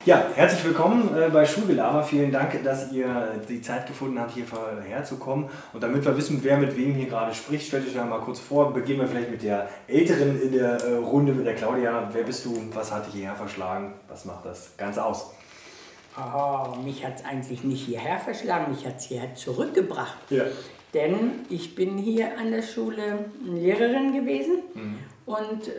Ja, herzlich willkommen bei Schulgelaber. Vielen Dank, dass ihr die Zeit gefunden habt, hierher zu kommen. Und damit wir wissen, wer mit wem hier gerade spricht, stellt euch mal kurz vor. Beginnen wir vielleicht mit der Älteren in der Runde, mit der Claudia. Wer bist du? Was hat dich hierher verschlagen? Was macht das Ganze aus? Oh, mich hat es eigentlich nicht hierher verschlagen, mich hat es hierher zurückgebracht. Ja. Denn ich bin hier an der Schule Lehrerin gewesen und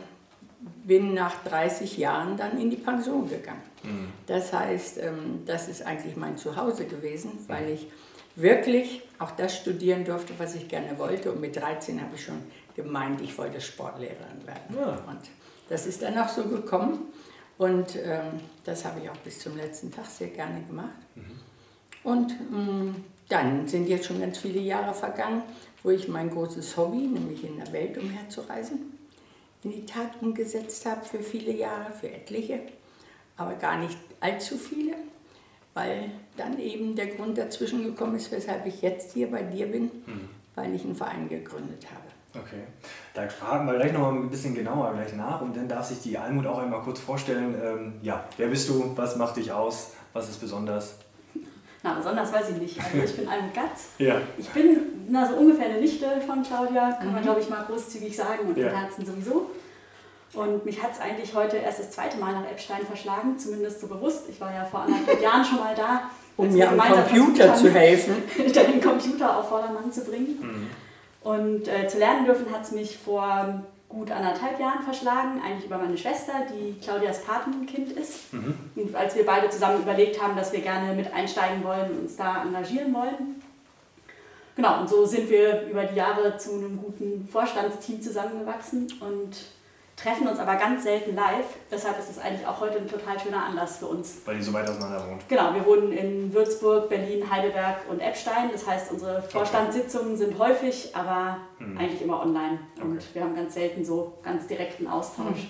bin nach 30 Jahren dann in die Pension gegangen. Das heißt, das ist eigentlich mein Zuhause gewesen, weil ich wirklich auch das studieren durfte, was ich gerne wollte. Und mit 13 habe ich schon gemeint, ich wollte Sportlehrerin werden. Ja. Und das ist dann auch so gekommen. Und das habe ich auch bis zum letzten Tag sehr gerne gemacht. Und dann sind jetzt schon ganz viele Jahre vergangen, wo ich mein großes Hobby, nämlich in der Welt umherzureisen, in die Tat umgesetzt habe für viele Jahre, für etliche, aber gar nicht allzu viele, weil dann eben der Grund dazwischen gekommen ist, weshalb ich jetzt hier bei dir bin, weil ich einen Verein gegründet habe. Okay, da fragen wir gleich noch mal ein bisschen genauer gleich nach und dann darf sich die Almut auch einmal kurz vorstellen. Ja, wer bist du, was macht dich aus, was ist besonders? Na, besonders weiß ich nicht. Also ich bin Almut Gatz. Ja. Ich bin so ungefähr eine Nichte von Claudia, kann man glaube ich mal großzügig sagen und im Herzen sowieso. Und mich hat es eigentlich heute erst das zweite Mal nach Eppstein verschlagen, zumindest so bewusst. Ich war ja vor 1,5 Jahren schon mal da. Um mir am Computer zu helfen. Den Computer auf Vordermann zu bringen. Und zu lernen dürfen hat es mich vor gut 1,5 Jahren verschlagen, eigentlich über meine Schwester, die Claudias Patenkind ist. Und als wir beide zusammen überlegt haben, dass wir gerne mit einsteigen wollen und uns da engagieren wollen. Genau, und so sind wir über die Jahre zu einem guten Vorstandsteam zusammengewachsen und treffen uns aber ganz selten live. Deshalb ist es eigentlich auch heute ein total schöner Anlass für uns. Weil ihr so weit auseinander wohnt. Genau, wir wohnen in Würzburg, Berlin, Heidelberg und Eppstein. Das heißt, unsere Vorstandssitzungen sind häufig, aber eigentlich immer online. Und wir haben ganz selten so ganz direkten Austausch.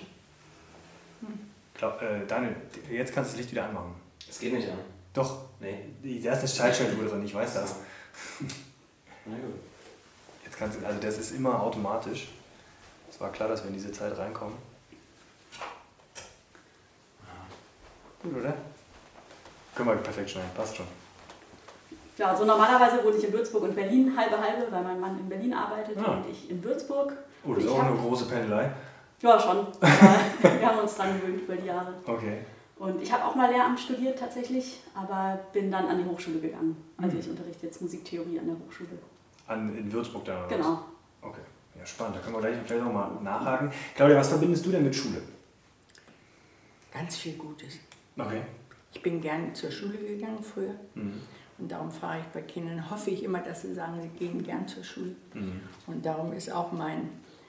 Daniel, jetzt kannst du das Licht wieder anmachen. Es geht nicht an. Doch. Nee. Da ist eine Schaltschaltuhr drin, ich weiß das. Na gut. Jetzt kannst du, also das ist immer automatisch. Es war klar, dass wir in diese Zeit reinkommen. Gut, oder? Können wir perfekt schneiden, passt schon. Ja, so normalerweise wohne ich in Würzburg und Berlin, halbe, weil mein Mann in Berlin arbeitet und ich in Würzburg. Oh, das ist auch eine große Pendelei. Ja, schon. Wir haben uns dran gewöhnt über die Jahre. Okay. Und ich habe auch mal Lehramt studiert tatsächlich, aber bin dann an die Hochschule gegangen. Also ich unterrichte jetzt Musiktheorie an der Hochschule. In Würzburg da? Oder genau. Was? Okay. Ja, spannend. Da können wir gleich nochmal nachhaken. Claudia, was verbindest du denn mit Schule? Ganz viel Gutes. Okay. Ich bin gerne zur Schule gegangen früher. Und darum frage ich bei Kindern, hoffe ich immer, dass sie sagen, sie gehen gern zur Schule. Und darum ist auch mein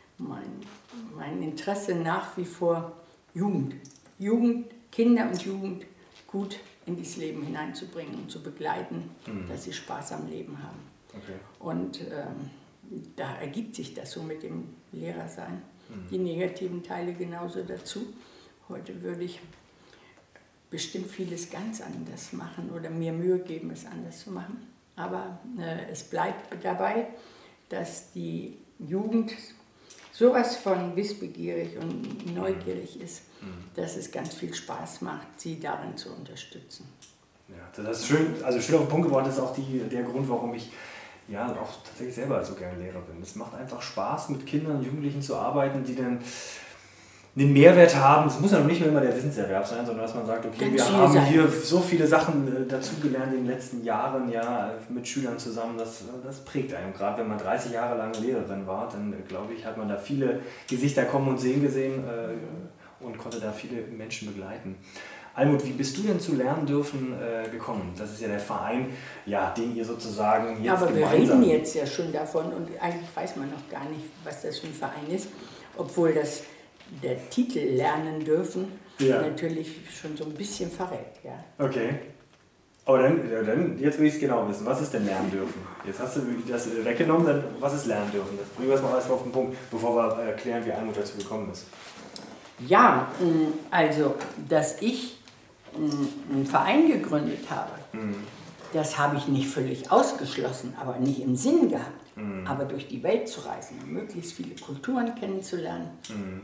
Interesse nach wie vor Jugend. Kinder und Jugend gut in dieses Leben hineinzubringen und zu begleiten, dass sie Spaß am Leben haben. Okay. Und da ergibt sich das so mit dem Lehrersein. Die negativen Teile genauso dazu. Heute würde ich bestimmt vieles ganz anders machen oder mir Mühe geben, es anders zu machen. Aber es bleibt dabei, dass die Jugend sowas von wissbegierig und neugierig ist, dass es ganz viel Spaß macht, sie darin zu unterstützen. Ja, das ist schön, also schön auf den Punkt geworden, das ist auch der Grund, warum ich auch tatsächlich selber so gerne Lehrer bin. Es macht einfach Spaß, mit Kindern und Jugendlichen zu arbeiten, die dann einen Mehrwert haben. Es muss ja noch nicht mehr immer der Wissenserwerb sein, sondern dass man sagt, okay, wir haben hier so viele Sachen dazugelernt in den letzten Jahren, mit Schülern zusammen, das prägt einen. Gerade wenn man 30 Jahre lang Lehrerin war, dann glaube ich, hat man da viele Gesichter kommen und sehen gesehen und konnte da viele Menschen begleiten. Almut, wie bist du denn zu Lernen dürfen gekommen? Das ist ja der Verein, den ihr sozusagen jetzt aber gemeinsam... wir reden jetzt ja schon davon und eigentlich weiß man noch gar nicht, was das für ein Verein ist, obwohl der Titel Lernen dürfen natürlich schon so ein bisschen verrät. Ja. Okay. Aber dann jetzt will ich es genau wissen. Was ist denn Lernen dürfen? Jetzt hast du das weggenommen, dann was ist Lernen dürfen? Das bringen wir es mal erstmal auf den Punkt, bevor wir erklären, wie Almut dazu gekommen ist. Ja, also, dass ich einen Verein gegründet habe, das habe ich nicht völlig ausgeschlossen, aber nicht im Sinn gehabt. Aber durch die Welt zu reisen und möglichst viele Kulturen kennenzulernen,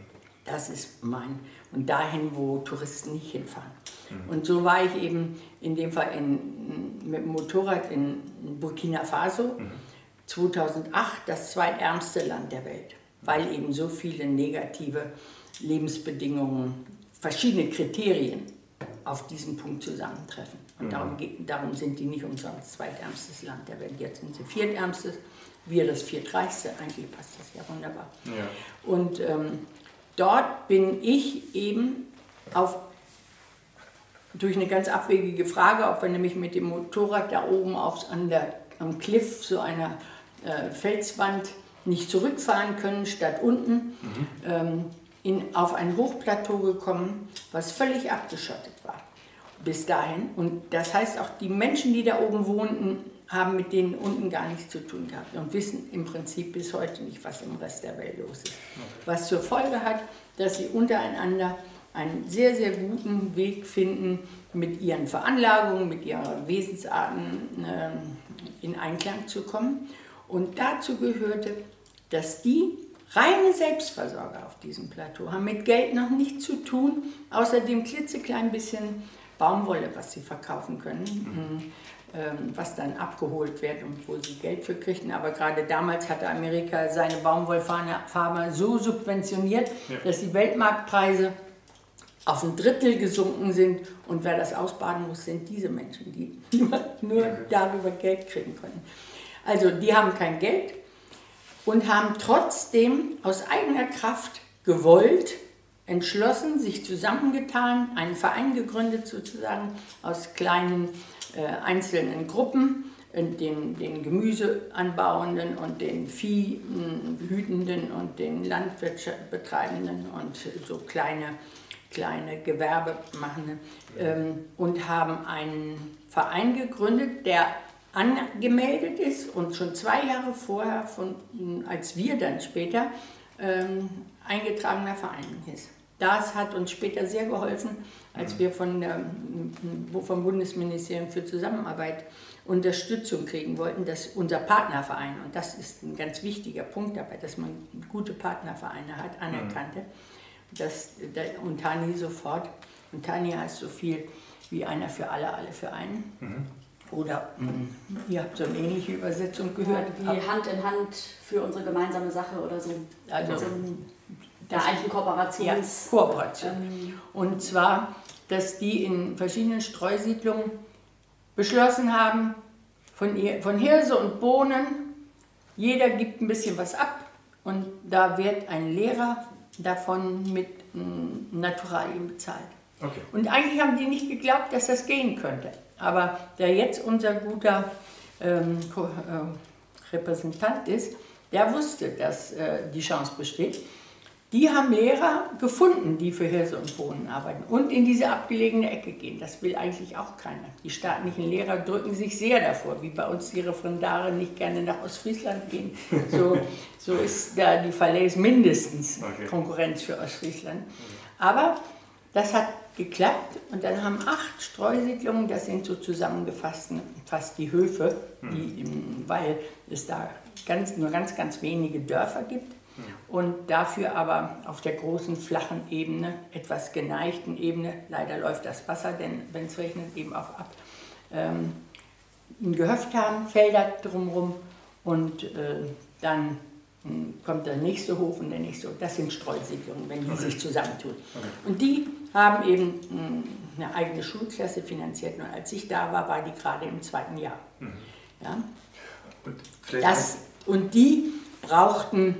Das ist mein. Und dahin, wo Touristen nicht hinfahren. Und so war ich eben in dem Fall mit dem Motorrad in Burkina Faso, 2008 das zweitärmste Land der Welt, weil eben so viele negative Lebensbedingungen, verschiedene Kriterien auf diesen Punkt zusammentreffen. Und darum sind die nicht umsonst zweitärmstes Land der Welt. Jetzt sind sie viertärmstes, wir das viertreichste, eigentlich passt das ja wunderbar. Ja. Und dort bin ich eben durch eine ganz abwegige Frage, ob wir nämlich mit dem Motorrad da oben am Cliff so einer Felswand nicht zurückfahren können, statt unten, auf ein Hochplateau gekommen, was völlig abgeschottet war bis dahin. Und das heißt auch, die Menschen, die da oben wohnten, haben mit denen unten gar nichts zu tun gehabt und wissen im Prinzip bis heute nicht, was im Rest der Welt los ist. Was zur Folge hat, dass sie untereinander einen sehr, sehr guten Weg finden, mit ihren Veranlagungen, mit ihren Wesensarten in Einklang zu kommen. Und dazu gehörte, dass die reine Selbstversorger auf diesem Plateau haben mit Geld noch nichts zu tun, außer dem klitzeklein bisschen Baumwolle, was sie verkaufen können, was dann abgeholt wird und wo sie Geld für kriegten. Aber gerade damals hatte Amerika seine Baumwollfarmer so subventioniert, dass die Weltmarktpreise auf ein Drittel gesunken sind. Und wer das ausbaden muss, sind diese Menschen, die nur darüber Geld kriegen können. Also die haben kein Geld und haben trotzdem aus eigener Kraft gewollt, entschlossen, sich zusammengetan, einen Verein gegründet sozusagen aus kleinen einzelnen Gruppen, den Gemüseanbauenden und den Viehhütenden und den Landwirtschaftsbetreibenden und so kleine Gewerbemachende und haben einen Verein gegründet, der angemeldet ist und schon 2 Jahre vorher, als wir dann später, eingetragener Verein ist. Das hat uns später sehr geholfen, als wir vom Bundesministerium für Zusammenarbeit Unterstützung kriegen wollten, dass unser Partnerverein, und das ist ein ganz wichtiger Punkt dabei, dass man gute Partnervereine hat, anerkannte, und Tani sofort. Und Tani heißt so viel wie einer für alle, alle für einen. Oder ihr habt so eine ähnliche Übersetzung gehört. Wie Hand in Hand für unsere gemeinsame Sache oder so. Also da eigentlich eine Kooperation. Und zwar, dass die in verschiedenen Streusiedlungen beschlossen haben, von Hirse und Bohnen, jeder gibt ein bisschen was ab und da wird ein Lehrer davon mit Naturalien bezahlt. Okay. Und eigentlich haben die nicht geglaubt, dass das gehen könnte. Aber der jetzt unser guter Repräsentant ist, der wusste, dass die Chance besteht. Die haben Lehrer gefunden, die für Hirse und Bohnen arbeiten und in diese abgelegene Ecke gehen. Das will eigentlich auch keiner. Die staatlichen Lehrer drücken sich sehr davor, wie bei uns die Referendare nicht gerne nach Ostfriesland gehen. So ist da die Falaise mindestens Konkurrenz für Ostfriesland. Aber das hat geklappt und dann haben 8 Streusiedlungen, das sind so zusammengefasst fast die Höfe, weil es da nur ganz wenige Dörfer gibt. Und dafür aber auf der großen, flachen Ebene, etwas geneigten Ebene, leider läuft das Wasser, denn wenn es regnet, eben auch ab, ein Gehöft haben, Felder drumherum und dann kommt der nächste Hof und der nächste Hof. Das sind Streusiedlungen, wenn die sich zusammentun. Und die haben eben eine eigene Schulklasse finanziert. Und als ich da war, war die gerade im 2. Jahr. Ja? Und die brauchten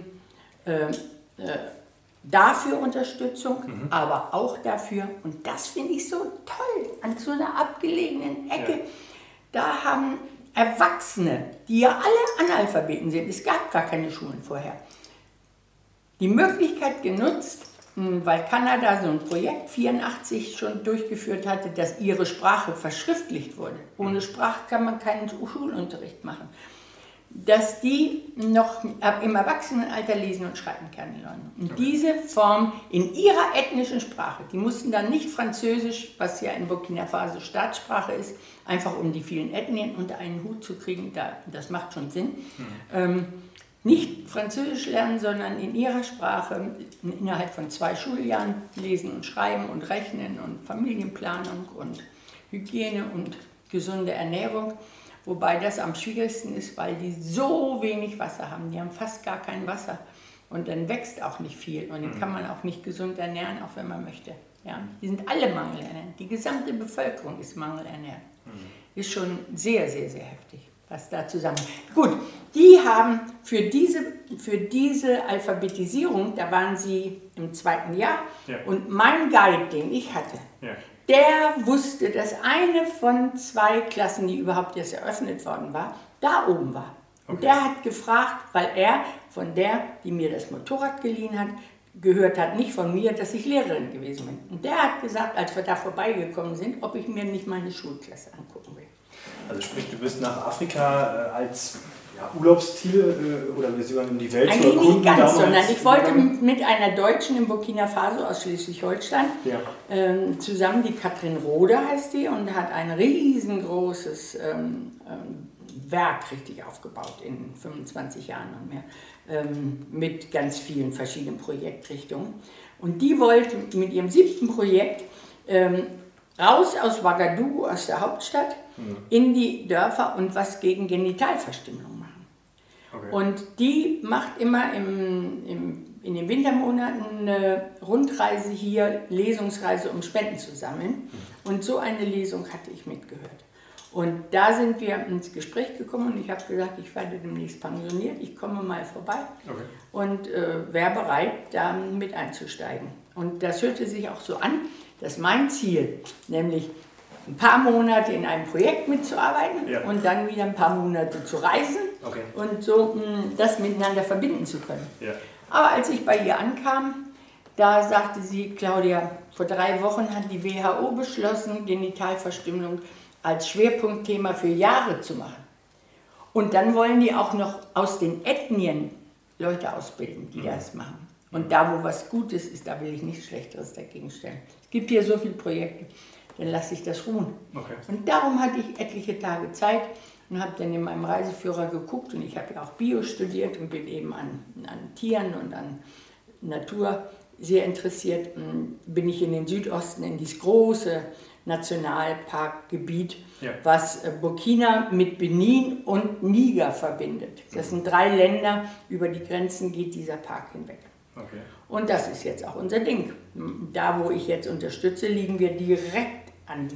dafür Unterstützung, aber auch dafür, und das finde ich so toll, an so einer abgelegenen Ecke, da haben Erwachsene, die ja alle Analphabeten sind, es gab gar keine Schulen vorher, die Möglichkeit genutzt, weil Kanada so ein Projekt 1984 schon durchgeführt hatte, dass ihre Sprache verschriftlicht wurde. Ohne Sprache kann man keinen Schulunterricht machen. Dass die noch im Erwachsenenalter lesen und schreiben lernen. Und diese Form in ihrer ethnischen Sprache, die mussten dann nicht Französisch, was ja in Burkina Faso Staatssprache ist, einfach um die vielen Ethnien unter einen Hut zu kriegen, das macht schon Sinn. nicht Französisch lernen, sondern in ihrer Sprache innerhalb von 2 Schuljahren lesen und schreiben und rechnen und Familienplanung und Hygiene und gesunde Ernährung. Wobei das am schwierigsten ist, weil die so wenig Wasser haben. Die haben fast gar kein Wasser und dann wächst auch nicht viel und den kann man auch nicht gesund ernähren, auch wenn man möchte. Ja, die sind alle mangelernährt. Die gesamte Bevölkerung ist mangelernährt. Ist schon sehr, sehr, sehr heftig, was da zusammen. Gut, die haben für diese Alphabetisierung, da waren sie im 2. Jahr, und mein Guide, den ich hatte, der wusste, dass eine von 2 Klassen, die überhaupt erst eröffnet worden war, da oben war. Und der hat gefragt, weil er von der, die mir das Motorrad geliehen hat, gehört hat, nicht von mir, dass ich Lehrerin gewesen bin. Und der hat gesagt, als wir da vorbeigekommen sind, ob ich mir nicht meine Schulklasse angucken will. Also sprich, du bist nach Afrika als Urlaubsziel oder wir sogar in die Welt zu erkunden? Eigentlich nicht ganz, sondern ich wollte mit einer Deutschen in Burkina Faso aus Schleswig-Holstein zusammen, die Katrin Rode heißt die, und hat ein riesengroßes Werk richtig aufgebaut in 25 Jahren und mehr, mit ganz vielen verschiedenen Projektrichtungen. Und die wollte mit ihrem 7. Projekt raus aus Ouagadougou, aus der Hauptstadt, in die Dörfer und was gegen Genitalverstümmelung machen. Okay. Und die macht immer in den Wintermonaten eine Rundreise hier, Lesungsreise, um Spenden zu sammeln. Und so eine Lesung hatte ich mitgehört. Und da sind wir ins Gespräch gekommen und ich habe gesagt, ich werde demnächst pensioniert, ich komme mal vorbei und wäre bereit, da mit einzusteigen. Und das hörte sich auch so an, dass mein Ziel, nämlich ein paar Monate in einem Projekt mitzuarbeiten und dann wieder ein paar Monate zu reisen und so das miteinander verbinden zu können. Ja. Aber als ich bei ihr ankam, da sagte sie, Claudia, vor 3 Wochen hat die WHO beschlossen, Genitalverstümmelung als Schwerpunktthema für Jahre zu machen. Und dann wollen die auch noch aus den Ethnien Leute ausbilden, die das machen. Und da, wo was Gutes ist, da will ich nichts Schlechteres dagegen stellen. Es gibt hier so viele Projekte, dann lasse ich das ruhen. Okay. Und darum hatte ich etliche Tage Zeit und habe dann in meinem Reiseführer geguckt. Und ich habe ja auch Bio studiert und bin eben an Tieren und an Natur sehr interessiert. Und bin ich in den Südosten, in dieses große Nationalparkgebiet, was Burkina mit Benin und Niger verbindet. Das sind 3 Länder, über die Grenzen geht dieser Park hinweg. Okay. Und das ist jetzt auch unser Ding. Da, wo ich jetzt unterstütze, liegen wir direkt an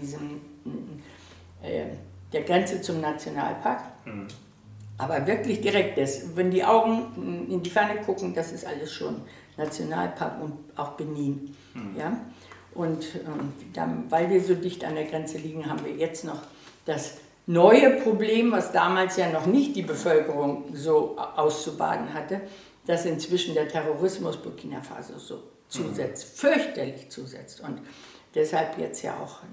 der Grenze zum Nationalpark. Aber wirklich direkt. Wenn die Augen in die Ferne gucken, das ist alles schon Nationalpark und auch Benin. Ja? Und dann, weil wir so dicht an der Grenze liegen, haben wir jetzt noch das neue Problem, was damals ja noch nicht die Bevölkerung so auszubaden hatte, dass inzwischen der Terrorismus Burkina Faso so zusetzt, fürchterlich zusetzt. Und deshalb jetzt ja auch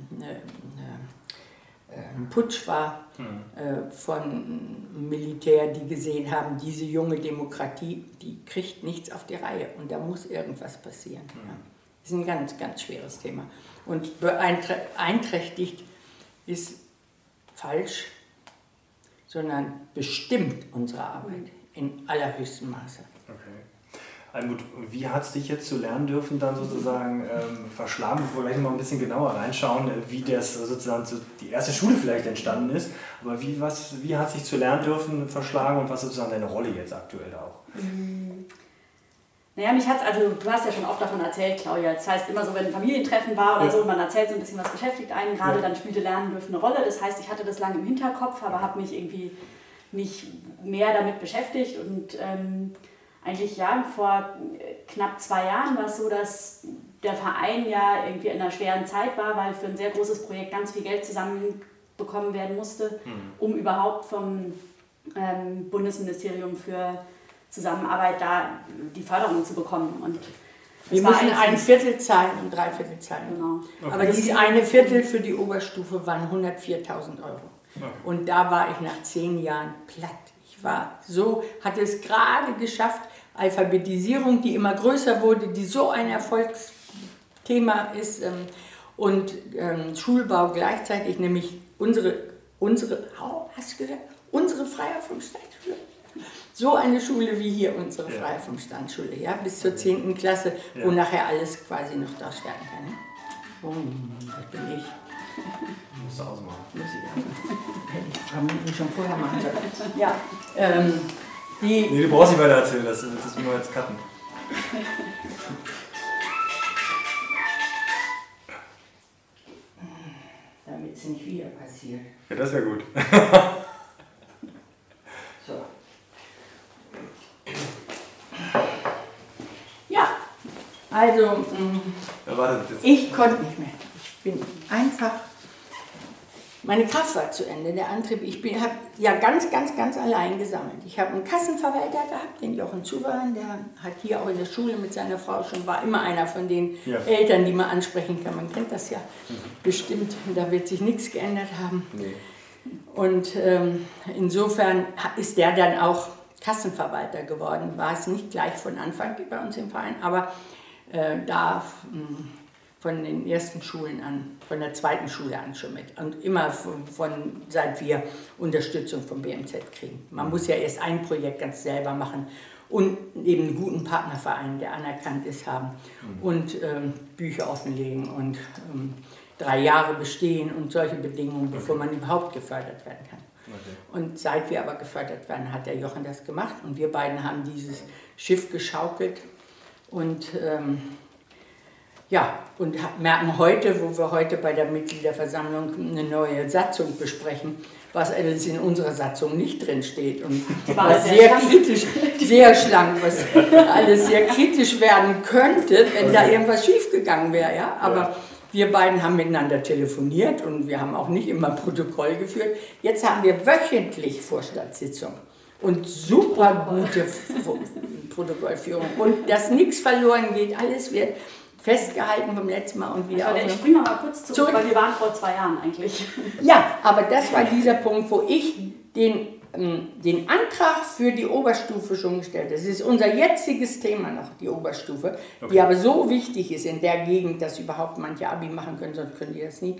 ein Putsch war von Militär, die gesehen haben, diese junge Demokratie, die kriegt nichts auf die Reihe und da muss irgendwas passieren. Ja. Das ist ein ganz, ganz schweres Thema. Und beeinträchtigt ist falsch, sondern bestimmt unsere Arbeit in allerhöchstem Maße. Okay. Almut, wie hat es dich jetzt zu lernen dürfen, dann sozusagen verschlagen, bevor wir gleich noch mal ein bisschen genauer reinschauen, wie das sozusagen die erste Schule vielleicht entstanden ist, aber wie hat es dich zu lernen dürfen verschlagen und was ist sozusagen deine Rolle jetzt aktuell auch? Naja, mich hat's, also du hast ja schon oft davon erzählt, Claudia, das heißt immer so, wenn ein Familientreffen war oder so, man erzählt so ein bisschen, was beschäftigt einen gerade, dann spielte Lernen dürfen eine Rolle, das heißt, ich hatte das lange im Hinterkopf, aber habe mich irgendwie nicht mehr damit beschäftigt und eigentlich vor knapp 2 Jahren war es so, dass der Verein ja irgendwie in einer schweren Zeit war, weil für ein sehr großes Projekt ganz viel Geld zusammenbekommen werden musste, um überhaupt vom Bundesministerium für Zusammenarbeit da die Förderung zu bekommen. Und wir müssen 1/4 zahlen und 3/4 zahlen. Genau. Okay. Aber dieses 1/4 für die Oberstufe waren 104.000 €. Okay. Und da war ich nach 10 Jahren platt. Ich war so, hatte es gerade geschafft, Alphabetisierung, die immer größer wurde, die so ein Erfolgsthema ist, und Schulbau gleichzeitig, nämlich unsere Freie Volksstaatsschule. so eine Schule wie hier, unsere Freie vom Standschule, ja, bis zur 10. Klasse, wo nachher alles quasi noch draus werden kann. Ne? Das bin ich. Musst du ausmachen. Muss ich auch. Hätte ich ein paar Minuten schon vorher machen sollen. Ja, nee, du brauchst nicht weiter erzählen, das müssen wir jetzt cutten. Damit es nicht wieder passiert. Ja, das wäre gut. So. Ja, also ich konnte nicht mehr. Ich bin einfach, meine Kraft war zu Ende, der Antrieb. Ich habe ja ganz allein gesammelt. Ich habe einen Kassenverwalter gehabt, den Jochen Zuwein, der hat hier auch in der Schule mit seiner Frau schon, war immer einer von den Eltern, die man ansprechen kann. Man kennt das ja bestimmt, da wird sich nichts geändert haben. Nee. Und insofern ist der dann auch Kassenverwalter geworden. War es nicht gleich von Anfang bei uns im Verein, aber da von den ersten Schulen an, von der 2. Schule an schon mit. Und immer seit wir Unterstützung vom BMZ kriegen. Man muss ja erst ein Projekt ganz selber machen und eben einen guten Partnerverein, der anerkannt ist, haben und Bücher offenlegen und 3 Jahre bestehen und solche Bedingungen, bevor man überhaupt gefördert werden kann. Okay. Und seit wir aber gefördert werden, hat der Jochen das gemacht und wir beiden haben dieses Schiff geschaukelt und merken heute, wo wir heute bei der Mitgliederversammlung eine neue Satzung besprechen, was alles in unserer Satzung nicht drin steht und was sehr schlank, was alles sehr kritisch werden könnte, wenn da irgendwas schiefgegangen wäre. Ja? Aber wir beiden haben miteinander telefoniert und wir haben auch nicht immer Protokoll geführt. Jetzt haben wir wöchentlich Vorstandssitzung und super gute Protokollführung und dass nichts verloren geht, alles wird festgehalten vom letzten Mal und wieder Ich springe noch mal kurz zurück, weil wir waren vor 2 Jahren eigentlich. Ja, aber das war dieser Punkt, wo ich den Antrag für die Oberstufe schon gestellt habe. Das ist unser jetziges Thema noch, die Oberstufe, die aber so wichtig ist in der Gegend, dass überhaupt manche Abi machen können, sonst können die das nie.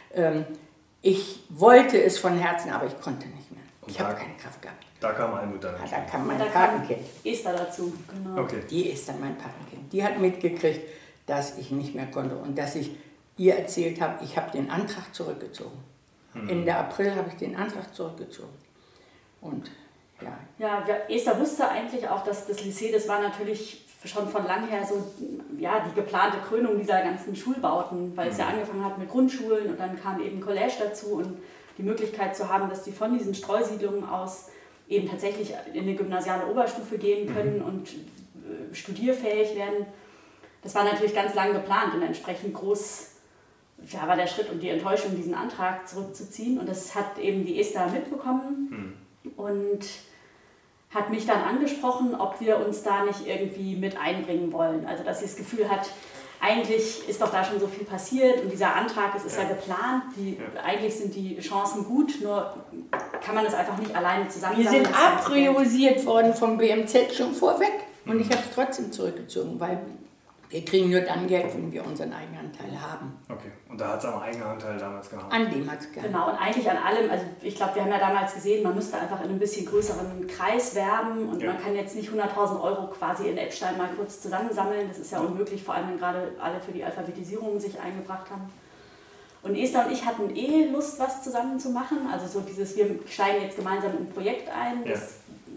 Ich wollte es von Herzen, aber ich konnte nicht mehr. Ich habe keine Kraft gehabt. Da kam Almut dann. Da kam mein Patenkind. Esther dazu, genau. Okay. Die ist dann mein Patenkind. Die hat mitgekriegt, dass ich nicht mehr konnte und dass ich ihr erzählt habe, ich habe den Antrag zurückgezogen. Ende April habe ich den Antrag zurückgezogen. Und ja, Esther wusste eigentlich auch, dass das Lycée, das war natürlich schon von lang her so die geplante Krönung dieser ganzen Schulbauten, weil es ja angefangen hat mit Grundschulen und dann kam eben College dazu und die Möglichkeit zu haben, dass die von diesen Streusiedlungen aus eben tatsächlich in eine gymnasiale Oberstufe gehen können und studierfähig werden. Das war natürlich ganz lang geplant und entsprechend groß war der Schritt und die Enttäuschung, diesen Antrag zurückzuziehen. Und das hat eben die Esther mitbekommen und hat mich dann angesprochen, ob wir uns da nicht irgendwie mit einbringen wollen. Also dass sie das Gefühl hat, eigentlich ist doch da schon so viel passiert und dieser Antrag, es ist ja geplant, eigentlich sind die Chancen gut, nur kann man das einfach nicht alleine zusammensammeln. Wir sind apriorisiert worden vom BMZ schon vorweg und ich habe es trotzdem zurückgezogen, weil wir kriegen nur dann Geld, wenn wir unseren Eigenanteil haben. Okay, und da hat es am Eigenanteil damals gehabt? An dem hat es gehabt. Genau, und eigentlich an allem, also ich glaube, wir haben ja damals gesehen, man müsste einfach in einem bisschen größeren Kreis werben und man kann jetzt nicht 100.000 € quasi in Eppstein mal kurz zusammensammeln, das ist ja unmöglich, vor allem wenn gerade alle für die Alphabetisierung sich eingebracht haben. Und Esther und ich hatten Lust, was zusammen zu machen, also so dieses, wir steigen jetzt gemeinsam in ein Projekt ein, das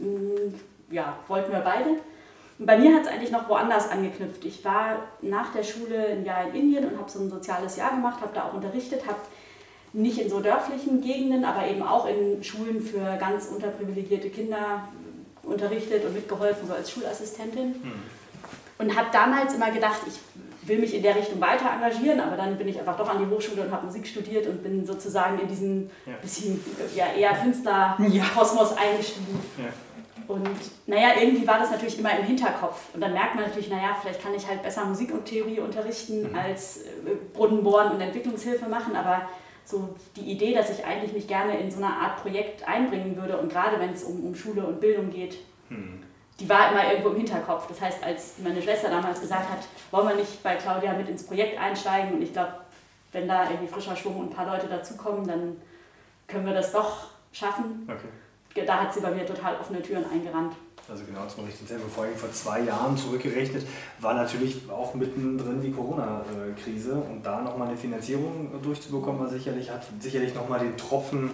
wollten wir beide. Und bei mir hat es eigentlich noch woanders angeknüpft. Ich war nach der Schule ein Jahr in Indien und habe so ein soziales Jahr gemacht, habe da auch unterrichtet, habe nicht in so dörflichen Gegenden, aber eben auch in Schulen für ganz unterprivilegierte Kinder unterrichtet und mitgeholfen, so als Schulassistentin. Und habe damals immer gedacht, ich will mich in der Richtung weiter engagieren, aber dann bin ich einfach doch an die Hochschule und habe Musik studiert und bin sozusagen in diesen bisschen eher Künstlerkosmos eingestiegen. Ja. Und irgendwie war das natürlich immer im Hinterkopf. Und dann merkt man natürlich, vielleicht kann ich halt besser Musik und Theorie unterrichten als Brunnen bohren und Entwicklungshilfe machen. Aber so die Idee, dass ich eigentlich mich gerne in so eine Art Projekt einbringen würde und gerade wenn es um Schule und Bildung geht, die war immer irgendwo im Hinterkopf. Das heißt, als meine Schwester damals gesagt hat, wollen wir nicht bei Claudia mit ins Projekt einsteigen und ich glaube, wenn da irgendwie frischer Schwung und ein paar Leute dazukommen, dann können wir das doch schaffen. Okay. Da hat sie bei mir total offene Türen eingerannt. Also genau zum richtigen Tempo. Vor allem vor 2 Jahren zurückgerechnet war natürlich auch mittendrin die Corona-Krise und da nochmal eine Finanzierung durchzubekommen, hat sicherlich nochmal den Tropfen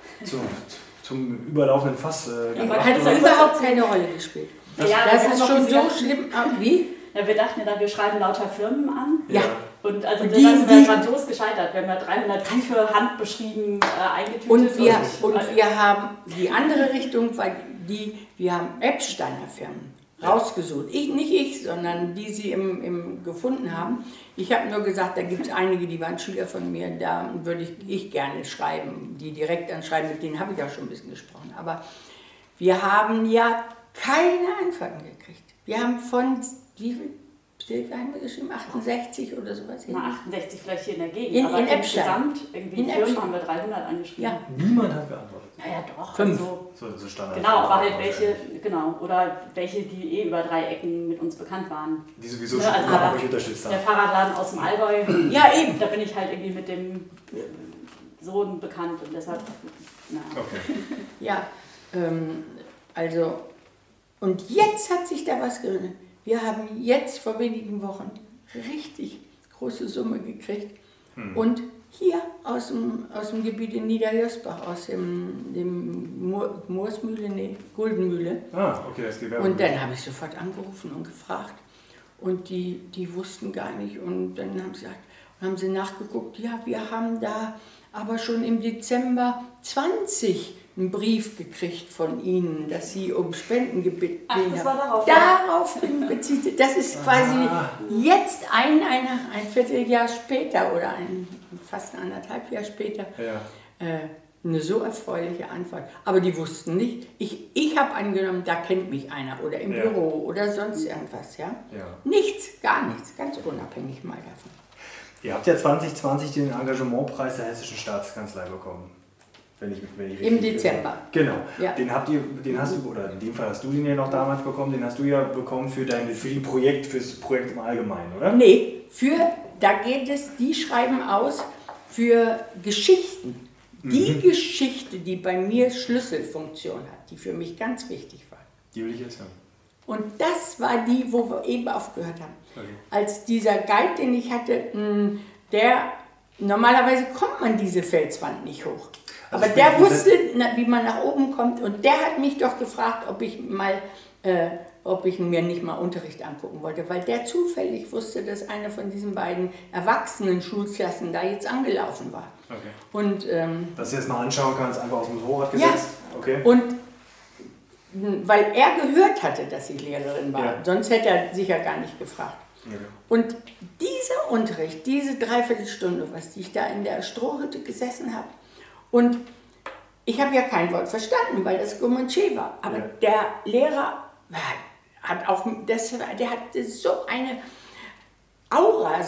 zum überlaufenden Fass gebracht. Hat es überhaupt keine Rolle gespielt. Das ist schon so schlimm. Wie? Ja, wir dachten ja, wir schreiben lauter Firmen an. Ja. Und also da sind wir grandios gescheitert. Wir haben ja 300 Briefe handbeschrieben eingetütet. Und wir haben die andere Richtung, weil wir haben Epsteiner Firmen rausgesucht. Nicht ich, sondern die sie gefunden haben. Ich habe nur gesagt, da gibt es einige, die waren Schüler von mir, da würde ich gerne schreiben, die direkt anschreiben, mit denen habe ich auch schon ein bisschen gesprochen. Aber wir haben ja keine Antworten gekriegt. Wir haben von, wie viel haben wir geschrieben? 68 oder sowas? Na, 68 vielleicht hier in der Gegend, aber insgesamt irgendwie in Firmen haben wir 300 angeschrieben. Ja. Niemand hat geantwortet. Naja, doch. 5. Also, so Standard. Genau, aber halt welche, die über 3 Ecken mit uns bekannt waren. Die sowieso schon euch unterstützt haben. Der Fahrradladen aus dem Allgäu. Ja, eben. Da bin ich halt irgendwie mit dem Sohn bekannt und deshalb, Okay. Ja, also, und jetzt hat sich da was geändert. Wir haben jetzt vor wenigen Wochen richtig große Summe gekriegt. Und hier aus dem Gebiet in Niederjörsbach, aus dem Guldenmühle. Ah, okay, das geht Und dann habe ich sofort angerufen und gefragt. Und die wussten gar nicht. Und dann haben sie nachgeguckt, ja, wir haben da aber schon im Dezember 20 einen Brief gekriegt von Ihnen, dass Sie um Spenden gebeten haben. Das war darauf bezieht sich. Das ist quasi jetzt ein Vierteljahr später oder fast 1,5 Jahr später eine so erfreuliche Antwort. Aber die wussten nicht. Ich habe angenommen, da kennt mich einer oder im Büro oder sonst irgendwas. Ja? Nichts, gar nichts, ganz unabhängig mal davon. Ihr habt ja 2020 den Engagementpreis der Hessischen Staatskanzlei bekommen. Wenn ich im Dezember. Genau. Ja. Den hast du, oder in dem Fall hast du den ja noch damals bekommen, den hast du ja bekommen fürs Projekt im Allgemeinen, oder? Nee, die schreiben aus für Geschichten. Die Geschichte, die bei mir Schlüsselfunktion hat, die für mich ganz wichtig war. Die will ich jetzt hören. Und das war die, wo wir eben aufgehört haben. Okay. Als dieser Guide, den ich hatte, normalerweise kommt man diese Felswand nicht hoch. Also aber der wusste, wie man nach oben kommt, und der hat mich doch gefragt, ob ich mir nicht mal Unterricht angucken wollte, weil der zufällig wusste, dass eine von diesen beiden erwachsenen Schulklassen da jetzt angelaufen war. Okay. Und, dass du jetzt mal anschauen kannst, einfach aus dem Motorrad gesetzt. Ja. Okay. Und weil er gehört hatte, dass ich Lehrerin war, sonst hätte er sicher gar nicht gefragt. Okay. Und dieser Unterricht, diese Dreiviertelstunde, was ich da in der Strohhütte gesessen habe, und ich habe ja kein Wort verstanden, weil das Gumanche war. Aber der Lehrer der hatte so eine Aura,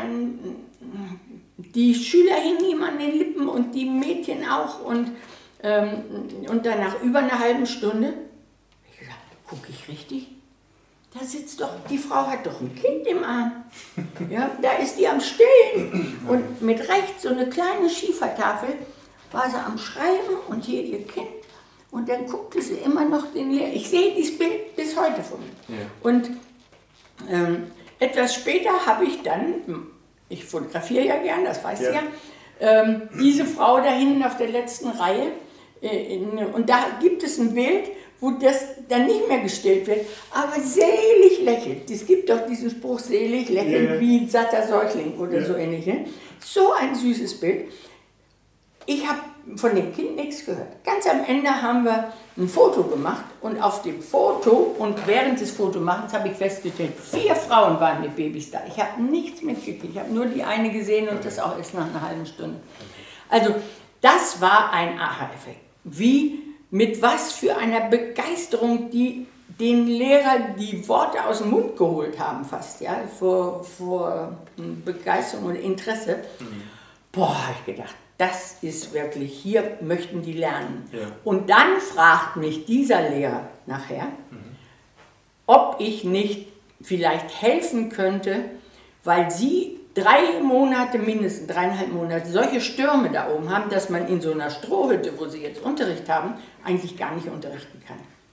die Schüler hingen ihm an den Lippen und die Mädchen auch. Und danach über eine halbe Stunde, ich gesagt, gucke ich richtig? Da sitzt doch, die Frau hat doch ein Kind im Arm. Ja, da ist die am Stillen. Und mit rechts so eine kleine Schiefertafel war sie am Schreiben und hier ihr Kind. Und dann guckte sie immer noch den Lehrer. Ich sehe dieses Bild bis heute von mir. Ja. Und etwas später habe ich dann, ich fotografiere ja gern, das weiß ich ja, diese Frau da hinten auf der letzten Reihe. Und da gibt es ein Bild, wo das dann nicht mehr gestellt wird, aber selig lächelt. Es gibt doch diesen Spruch, selig lächeln wie ein satter Säugling oder so ähnlich. Ne? So ein süßes Bild. Ich habe von dem Kind nichts gehört. Ganz am Ende haben wir ein Foto gemacht und auf dem Foto und während des Fotomachens habe ich festgestellt, 4 Frauen waren mit Babys da. Ich habe nichts mitgekriegt. Ich habe nur die eine gesehen und das auch erst nach einer halben Stunde. Also das war ein Aha-Effekt. Mit was für einer Begeisterung die den Lehrer die Worte aus dem Mund geholt haben fast, ja, vor Begeisterung und Interesse. Boah, habe ich gedacht, das ist wirklich, hier möchten die lernen. Ja. Und dann fragt mich dieser Lehrer nachher, ob ich nicht vielleicht helfen könnte, weil sie 3 Monate, mindestens 3,5 Monate, solche Stürme da oben haben, dass man in so einer Strohhütte, wo sie jetzt Unterricht haben, eigentlich gar nicht unterrichten kann.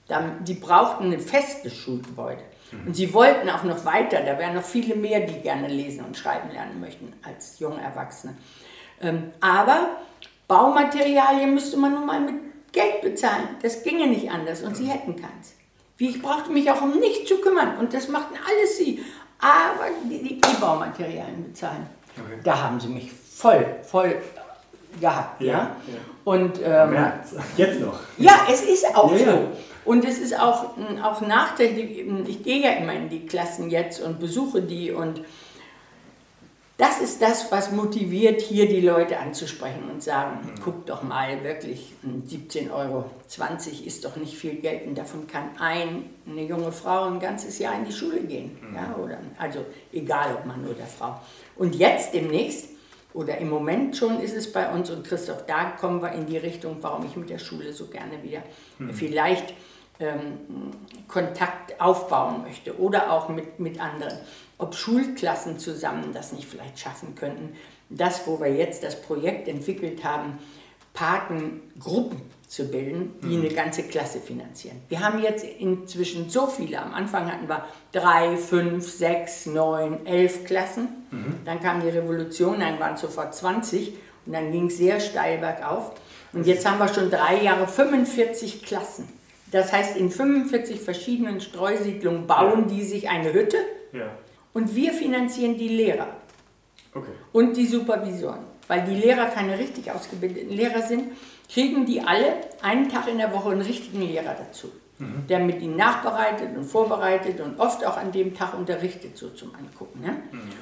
Die brauchten ein festes Schulgebäude. Und sie wollten auch noch weiter, da wären noch viele mehr, die gerne lesen und schreiben lernen möchten als junge Erwachsene. Aber Baumaterialien müsste man nun mal mit Geld bezahlen. Das ginge nicht anders und sie hätten keins. Ich brauchte mich auch um nichts zu kümmern und das machten alles sie. Aber die Baumaterialien bezahlen. Okay. Da haben sie mich voll gehabt. Ja. Und, jetzt noch. Ja, es ist auch so. Und es ist auch nachträglich, ich gehe ja immer in die Klassen jetzt und besuche die und das ist das, was motiviert, hier die Leute anzusprechen und sagen, guck doch mal, wirklich 17,20 € ist doch nicht viel Geld und davon kann eine junge Frau ein ganzes Jahr in die Schule gehen. Ja, oder, also egal ob Mann oder Frau. Und jetzt demnächst, oder im Moment schon ist es bei uns, und Christoph, da kommen wir in die Richtung, warum ich mit der Schule so gerne wieder vielleicht Kontakt aufbauen möchte oder auch mit anderen. Ob Schulklassen zusammen das nicht vielleicht schaffen könnten. Das, wo wir jetzt das Projekt entwickelt haben, Patengruppen zu bilden, die eine ganze Klasse finanzieren. Wir haben jetzt inzwischen so viele. Am Anfang hatten wir 3, 5, 6, 9, 11 Klassen. Dann kam die Revolution, dann waren es sofort 20 und dann ging es sehr steil bergauf. Und jetzt haben wir schon 3 Jahre 45 Klassen. Das heißt, in 45 verschiedenen Streusiedlungen bauen die sich eine Hütte. Ja. Und wir finanzieren die Lehrer und die Supervisoren. Weil die Lehrer keine richtig ausgebildeten Lehrer sind, kriegen die alle einen Tag in der Woche einen richtigen Lehrer dazu. Der mit ihnen nachbereitet und vorbereitet und oft auch an dem Tag unterrichtet, so zum Angucken. Ne?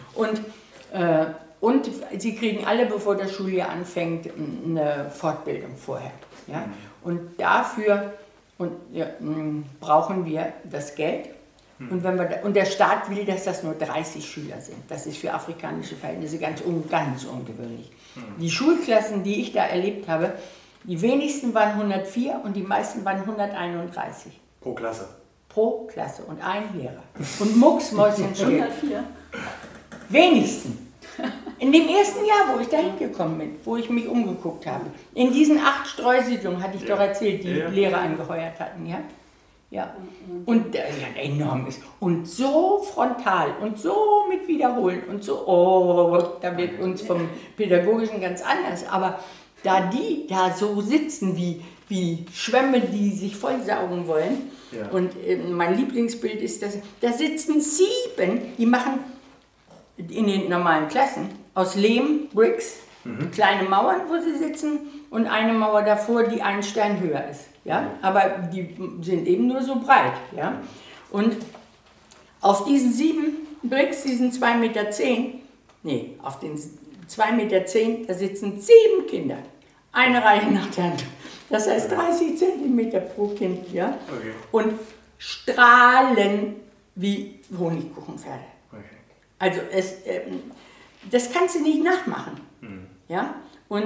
Und sie kriegen alle, bevor das Schuljahr anfängt, eine Fortbildung vorher. Ja? Und dafür brauchen wir das Geld. Und der Staat will, dass das nur 30 Schüler sind. Das ist für afrikanische Verhältnisse ganz ungewöhnlich. Die Schulklassen, die ich da erlebt habe, die wenigsten waren 104 und die meisten waren 131. Pro Klasse? Pro Klasse und ein Lehrer. Und mucksmäuschenstill. 104? Wenigsten. In dem ersten Jahr, wo ich da hingekommen bin, wo ich mich umgeguckt habe. In diesen 8 Streusiedlungen, hatte ich doch erzählt, die Lehrer angeheuert hatten. Ja. Und enorm ist. Und so frontal und so mit Wiederholen und so, da wird uns vom Pädagogischen ganz anders. Aber da die da so sitzen wie Schwämme, die sich vollsaugen wollen. Ja. Und mein Lieblingsbild ist, dass da sitzen 7, die machen in den normalen Klassen aus Lehm, Bricks, kleine Mauern, wo sie sitzen und eine Mauer davor, die einen Stern höher ist. Ja? Aber die sind eben nur so breit. Ja? Und auf diesen 7 Bricks, diesen 2,10 Meter, auf den 2,10 Meter, da sitzen 7 Kinder. Eine Reihe nach der anderen. Das heißt 30 Zentimeter pro Kind. Ja? Okay. Und strahlen wie Honigkuchenpferde. Okay. Also das kannst du nicht nachmachen. Ja?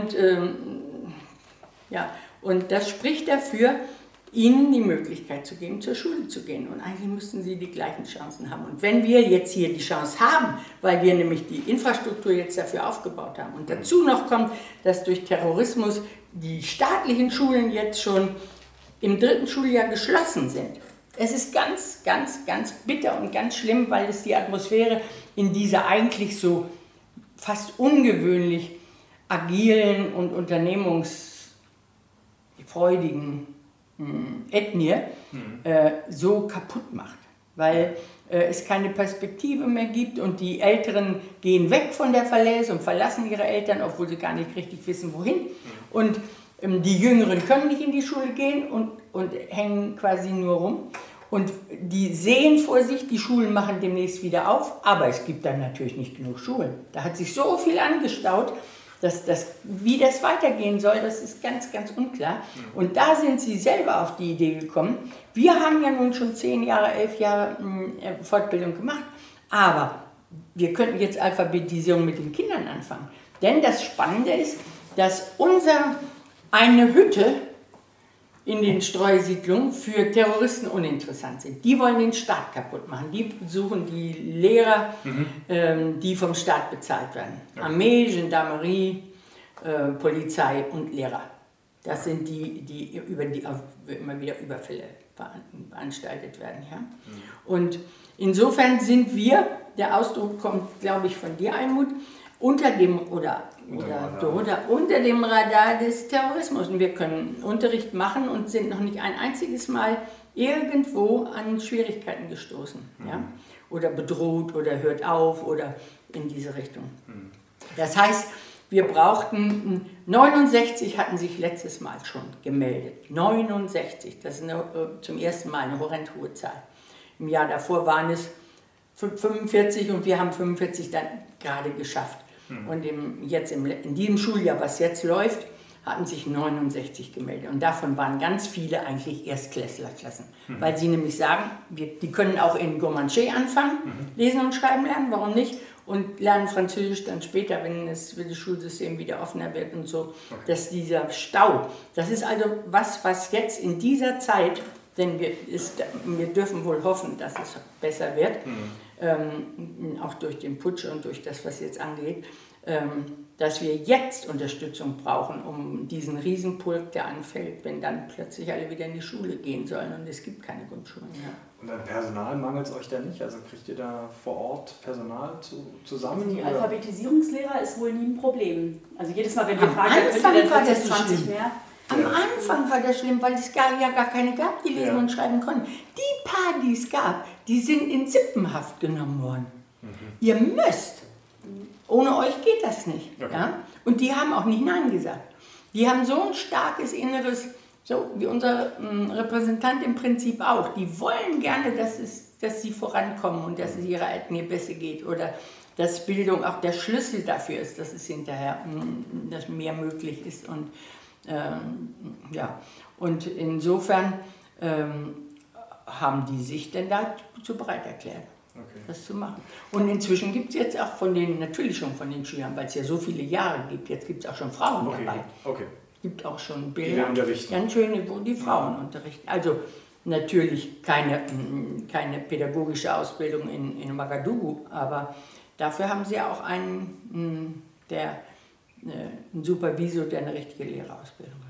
Und das spricht dafür, ihnen die Möglichkeit zu geben, zur Schule zu gehen. Und eigentlich müssten sie die gleichen Chancen haben. Und wenn wir jetzt hier die Chance haben, weil wir nämlich die Infrastruktur jetzt dafür aufgebaut haben und dazu noch kommt, dass durch Terrorismus die staatlichen Schulen jetzt schon im 3. Schuljahr geschlossen sind. Es ist ganz, ganz, ganz bitter und ganz schlimm, weil es die Atmosphäre in dieser eigentlich so fast ungewöhnlich agilen und unternehmungsfreudigen Ethnie so kaputt macht, weil es keine Perspektive mehr gibt und die Älteren gehen weg von der Falaise und verlassen ihre Eltern, obwohl sie gar nicht richtig wissen, wohin. Und die Jüngeren können nicht in die Schule gehen und hängen quasi nur rum. Und die sehen vor sich, die Schulen machen demnächst wieder auf, aber es gibt dann natürlich nicht genug Schulen. Da hat sich so viel angestaut, wie das weitergehen soll, das ist ganz, ganz unklar. Und da sind sie selber auf die Idee gekommen. Wir haben ja nun schon 10 Jahre, 11 Jahre Fortbildung gemacht, aber wir könnten jetzt Alphabetisierung mit den Kindern anfangen. Denn das Spannende ist, dass eine Hütte in den Streusiedlungen für Terroristen uninteressant sind. Die wollen den Staat kaputt machen. Die suchen die Lehrer, die vom Staat bezahlt werden. Ja. Armee, Gendarmerie, Polizei und Lehrer. Das sind die immer wieder Überfälle veranstaltet werden. Ja? Und insofern sind wir, der Ausdruck kommt, glaube ich, von dir, Almut, unter dem Radar des Terrorismus. Und wir können Unterricht machen und sind noch nicht ein einziges Mal irgendwo an Schwierigkeiten gestoßen. Ja? Oder bedroht oder hört auf oder in diese Richtung. Das heißt, wir brauchten, 69 hatten sich letztes Mal schon gemeldet. 69, das ist zum ersten Mal eine horrend hohe Zahl. Im Jahr davor waren es 45 und wir haben 45 dann gerade geschafft. Und in diesem Schuljahr, was jetzt läuft, hatten sich 69 gemeldet. Und davon waren ganz viele eigentlich Erstklässlerklassen. Weil sie nämlich sagen, die können auch in Gourmanché anfangen, lesen und schreiben lernen, warum nicht? Und lernen Französisch dann später, wenn das Schulsystem wieder offener wird und so. Okay. Dass dieser Stau, das ist also was jetzt in dieser Zeit, denn wir dürfen wohl hoffen, dass es besser wird, auch durch den Putsch und durch das, was jetzt angeht, dass wir jetzt Unterstützung brauchen, um diesen Riesenpulk, der anfällt, wenn dann plötzlich alle wieder in die Schule gehen sollen und es gibt keine Grundschulen mehr. Und an Personal mangelt es euch da nicht? Also kriegt ihr da vor Ort Personal zusammen? Also die Alphabetisierungslehrer ist wohl nie ein Problem. Also jedes Mal, wenn wir fragen, könnt ihr denn jetzt 20 mehr? Am Anfang war das schlimm, weil es ja gar keine gab, die lesen und schreiben konnten. Die paar, die es gab, die sind in Sippenhaft genommen worden. Ihr müsst. Ohne euch geht das nicht. Okay. Ja? Und die haben auch nicht Nein gesagt. Die haben so ein starkes Inneres, so wie unser Repräsentant im Prinzip auch. Die wollen gerne, dass sie vorankommen und dass es ihrer Ethnie besser geht. Oder dass Bildung auch der Schlüssel dafür ist, dass es hinterher dass mehr möglich ist. Und und insofern haben die sich denn dazu bereit erklärt, das zu machen. Und inzwischen gibt es jetzt auch natürlich schon von den Schülern, weil es ja so viele Jahre gibt, jetzt gibt es auch schon Frauen dabei. Es gibt auch schon Bilder, ganz schöne, wo die Frauen unterrichten. Also natürlich keine pädagogische Ausbildung in Ouagadougou, aber dafür haben sie auch einen Supervisor, der eine richtige Lehrerausbildung hat.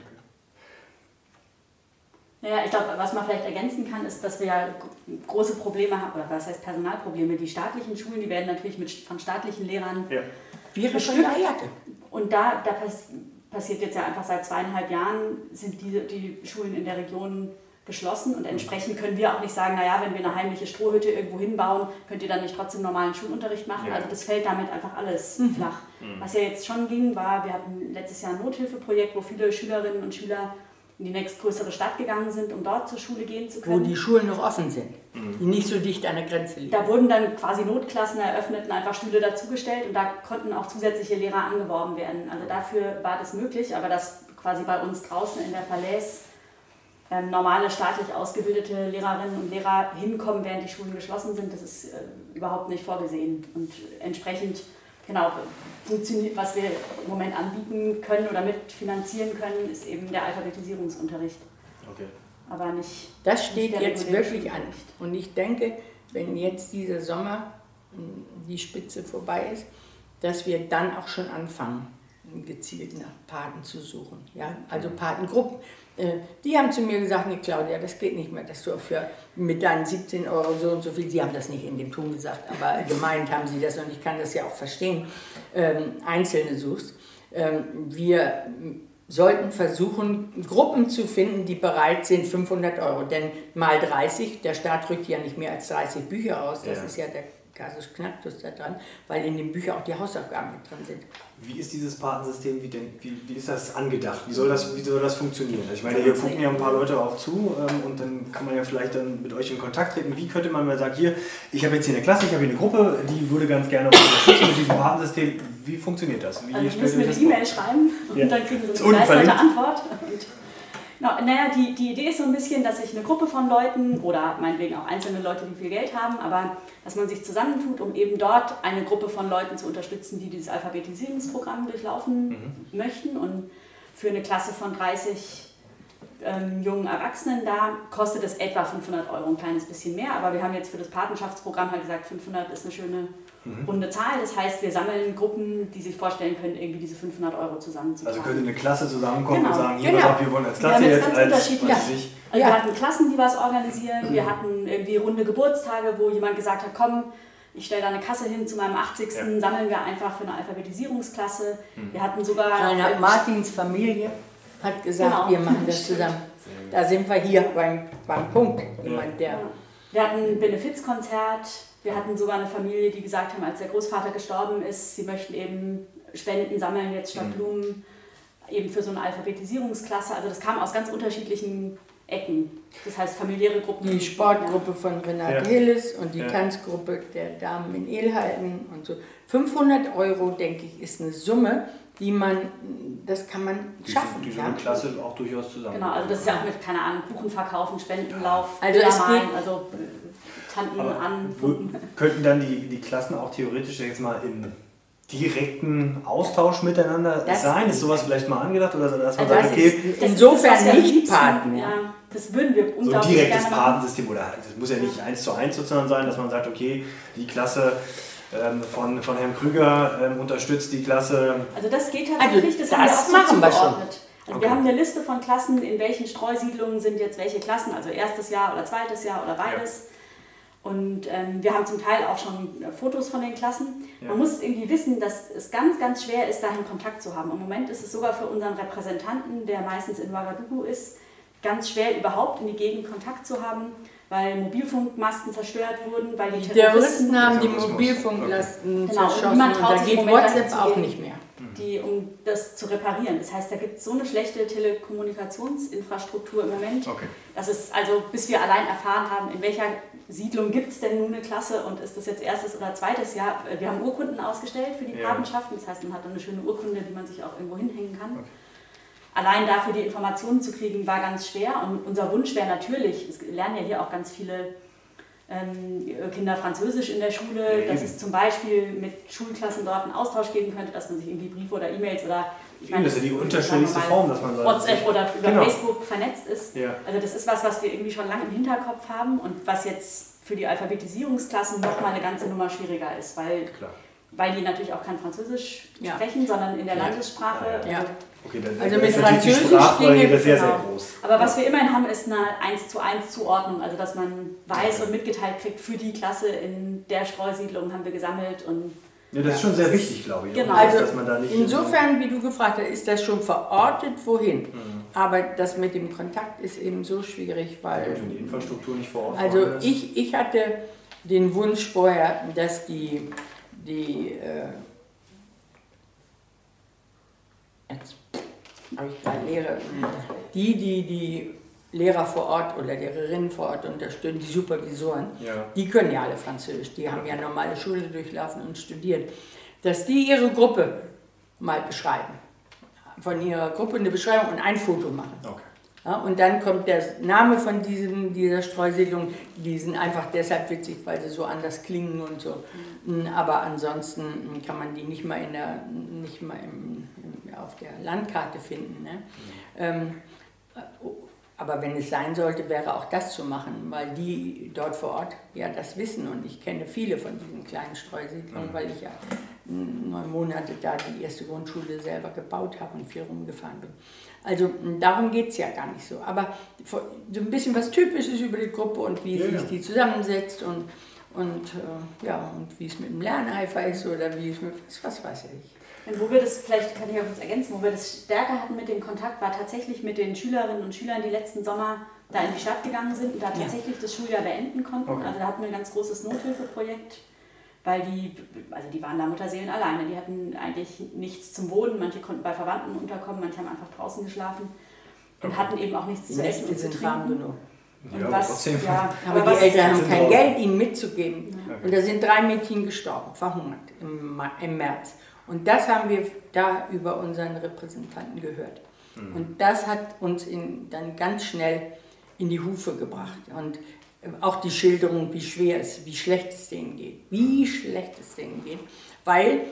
Naja, ich glaube, was man vielleicht ergänzen kann, ist, dass wir ja große Probleme haben, oder was heißt Personalprobleme. Die staatlichen Schulen, die werden natürlich von staatlichen Lehrern bestückt. Und da passiert jetzt ja einfach seit 2,5 Jahren, sind die Schulen in der Region geschlossen und entsprechend können wir auch nicht sagen, naja, wenn wir eine heimliche Strohhütte irgendwo hinbauen, könnt ihr dann nicht trotzdem normalen Schulunterricht machen. Also das fällt damit einfach alles flach. Was ja jetzt schon ging, war, wir hatten letztes Jahr ein Nothilfeprojekt, wo viele Schülerinnen und Schüler in die nächstgrößere Stadt gegangen sind, um dort zur Schule gehen zu können. Wo die Schulen noch offen sind, die nicht so dicht an der Grenze liegen. Da wurden dann quasi Notklassen eröffnet und einfach Stühle dazugestellt und da konnten auch zusätzliche Lehrer angeworben werden. Also dafür war das möglich, aber dass quasi bei uns draußen in der Falaise normale staatlich ausgebildete Lehrerinnen und Lehrer hinkommen, während die Schulen geschlossen sind, das ist überhaupt nicht vorgesehen. Und entsprechend, funktioniert, was wir im Moment anbieten können oder mitfinanzieren können, ist eben der Alphabetisierungsunterricht. Okay. Aber nicht. Das steht jetzt wirklich an. Und ich denke, wenn jetzt dieser Sommer die Spitze vorbei ist, dass wir dann auch schon anfangen, gezielt nach Paten zu suchen. Ja? Also Patengruppen. Die haben zu mir gesagt, nee Claudia, das geht nicht mehr, dass du mit deinen 17 € so und so viel, sie haben das nicht in dem Ton gesagt, aber gemeint haben sie das und ich kann das ja auch verstehen, Einzelne suchst. Wir sollten versuchen, Gruppen zu finden, die bereit sind, 500 €, denn mal 30, der Staat rückt ja nicht mehr als 30 Bücher raus, das ist ja der Kasus Knacktus da dran, weil in den Büchern auch die Hausaufgaben mit drin sind. Wie ist dieses Patensystem, wie ist das angedacht? Wie soll das funktionieren? Ich meine, hier gucken ja ein paar Leute auch zu und dann kann man ja vielleicht dann mit euch in Kontakt treten. Wie könnte man mal sagen, hier, ich habe jetzt hier eine Klasse, ich habe hier eine Gruppe, die würde ganz gerne unterstützen mit diesem Patensystem. Wie funktioniert das? Also wir müssen eine E-Mail schreiben und dann kriegen wir eine begeisterte Antwort. Die Idee ist so ein bisschen, dass sich eine Gruppe von Leuten oder meinetwegen auch einzelne Leute, die viel Geld haben, aber dass man sich zusammentut, um eben dort eine Gruppe von Leuten zu unterstützen, die dieses Alphabetisierungsprogramm durchlaufen möchten. Und für eine Klasse von 30 jungen Erwachsenen da, kostet es etwa 500 €, ein kleines bisschen mehr. Aber wir haben jetzt für das Patenschaftsprogramm halt gesagt, 500 ist eine schöne runde Zahl. Das heißt, wir sammeln Gruppen, die sich vorstellen können, irgendwie diese 500 € zusammenzutragen. Also könnte eine Klasse zusammenkommen und sagen, genau. Wir wollen als Klasse wir jetzt ganz unterschiedlich. Also wir hatten Klassen, die was organisieren. Wir hatten irgendwie runde Geburtstage, wo jemand gesagt hat, komm, ich stelle da eine Kasse hin, zu meinem 80. Sammeln wir einfach für eine Alphabetisierungsklasse. Wir hatten sogar... Reinhard Martins Familie hat gesagt, wir machen das zusammen. Da sind wir hier beim Punkt. Jemand, der Wir hatten ein Benefizkonzert. Wir hatten sogar eine Familie, die gesagt haben, als der Großvater gestorben ist, sie möchten eben Spenden sammeln, jetzt statt Blumen, eben für so eine Alphabetisierungsklasse. Also das kam aus ganz unterschiedlichen Ecken. Das heißt familiäre Gruppen. Die Sportgruppe von Renate Hilles und die Tanzgruppe der Damen in Ehlhalten und so. 500 €, denke ich, ist eine Summe, das kann man schaffen. Die so eine Klasse auch durchaus zusammen. Genau, also das ist ja auch mit, keine Ahnung, Kuchen verkaufen, Spendenlauf, also es geht, also Tanten an. Könnten dann die Klassen auch theoretisch jetzt mal im direkten Austausch miteinander sein? Ist sowas vielleicht mal angedacht? Oder dass man sagt, okay, insofern nicht Paten. Ja, das würden wir unglaublich so ein direktes gerne Patensystem, oder das muss ja nicht 1:1 sozusagen sein, dass man sagt, okay, die Klasse von Herrn Krüger unterstützt die Klasse. Also das geht tatsächlich, das haben wir auch so zugeordnet. Also wir haben eine Liste von Klassen, in welchen Streusiedlungen sind jetzt welche Klassen, also erstes Jahr oder zweites Jahr oder beides. Und wir haben zum Teil auch schon Fotos von den Klassen. Man muss irgendwie wissen, dass es ganz, ganz schwer ist, dahin Kontakt zu haben. Im Moment ist es sogar für unseren Repräsentanten, der meistens in Ouagadougou ist, ganz schwer überhaupt in die Gegend Kontakt zu haben, weil Mobilfunkmasten zerstört wurden, weil die Terroristen haben die Mobilfunkmasten zerschossen und da geht WhatsApp auch nicht mehr. Um das zu reparieren. Das heißt, da gibt es so eine schlechte Telekommunikationsinfrastruktur im Moment, dass es, also bis wir allein erfahren haben, in welcher Siedlung gibt es denn nun eine Klasse und ist das jetzt erstes oder zweites Jahr. Wir haben Urkunden ausgestellt für die Patenschaften, das heißt, man hat dann eine schöne Urkunde, die man sich auch irgendwo hinhängen kann. Allein dafür die Informationen zu kriegen, war ganz schwer und unser Wunsch wäre natürlich, es lernen ja hier auch ganz viele Kinder Französisch in der Schule, dass es zum Beispiel mit Schulklassen dort einen Austausch geben könnte, dass man sich irgendwie Briefe oder E-Mails oder das ist ja die unterschiedlichste Form, dass man sagt, WhatsApp oder über Facebook vernetzt ist. Also das ist was wir irgendwie schon lange im Hinterkopf haben und was jetzt für die Alphabetisierungsklassen nochmal eine ganze Nummer schwieriger ist, weil die natürlich auch kein Französisch sprechen, sondern in der Landessprache. Also mit Französisch klingt sehr groß. Aber was wir immerhin haben, ist eine 1:1 Zuordnung, also dass man weiß und mitgeteilt kriegt, für die Klasse in der Streusiedlung haben wir gesammelt. Und das ist schon sehr wichtig, glaube ich. Genau. Also dass man da nicht insofern, wie du gefragt hast, ist das schon verortet, wohin. Aber das mit dem Kontakt ist eben so schwierig, weil die Infrastruktur nicht vor Ort also ich hatte den Wunsch vorher, dass die Lehrer vor Ort oder Lehrerinnen vor Ort unterstützen, die Supervisoren, die können ja alle Französisch, die haben ja normale Schule durchlaufen und studiert, dass die ihre Gruppe mal beschreiben, von ihrer Gruppe eine Beschreibung und ein Foto machen. Ja, und dann kommt der Name von dieser Streusiedlung, die sind einfach deshalb witzig, weil sie so anders klingen und so. Aber ansonsten kann man die nicht mal auf der Landkarte finden. Ne? Aber wenn es sein sollte, wäre auch das zu machen, weil die dort vor Ort ja das wissen. Und ich kenne viele von diesen kleinen Streusiedlungen, weil ich ja 9 Monate da die erste Grundschule selber gebaut habe und viel rumgefahren bin. Also darum geht es ja gar nicht so. Aber so ein bisschen was Typisches über die Gruppe und wie sich die zusammensetzt und wie es mit dem Lerneifer ist oder wie es mit was weiß ich. Und wo wir das, vielleicht kann ich auch kurz ergänzen, wo wir das stärker hatten mit dem Kontakt, war tatsächlich mit den Schülerinnen und Schülern, die letzten Sommer da in die Stadt gegangen sind und da tatsächlich das Schuljahr beenden konnten. Also da hatten wir ein ganz großes Nothilfeprojekt, weil die waren da Mutterseelen alleine, die hatten eigentlich nichts zum Wohnen, manche konnten bei Verwandten unterkommen, manche haben einfach draußen geschlafen und hatten eben auch nichts zu essen und zu trinken. Aber die Eltern haben kein Geld, ihnen mitzugeben. Und da sind 3 Mädchen gestorben, verhungert im März. Und das haben wir da über unseren Repräsentanten gehört. Und das hat uns dann ganz schnell in die Hufe gebracht. Und auch die Schilderung, wie schwer es, wie schlecht es denen geht. Weil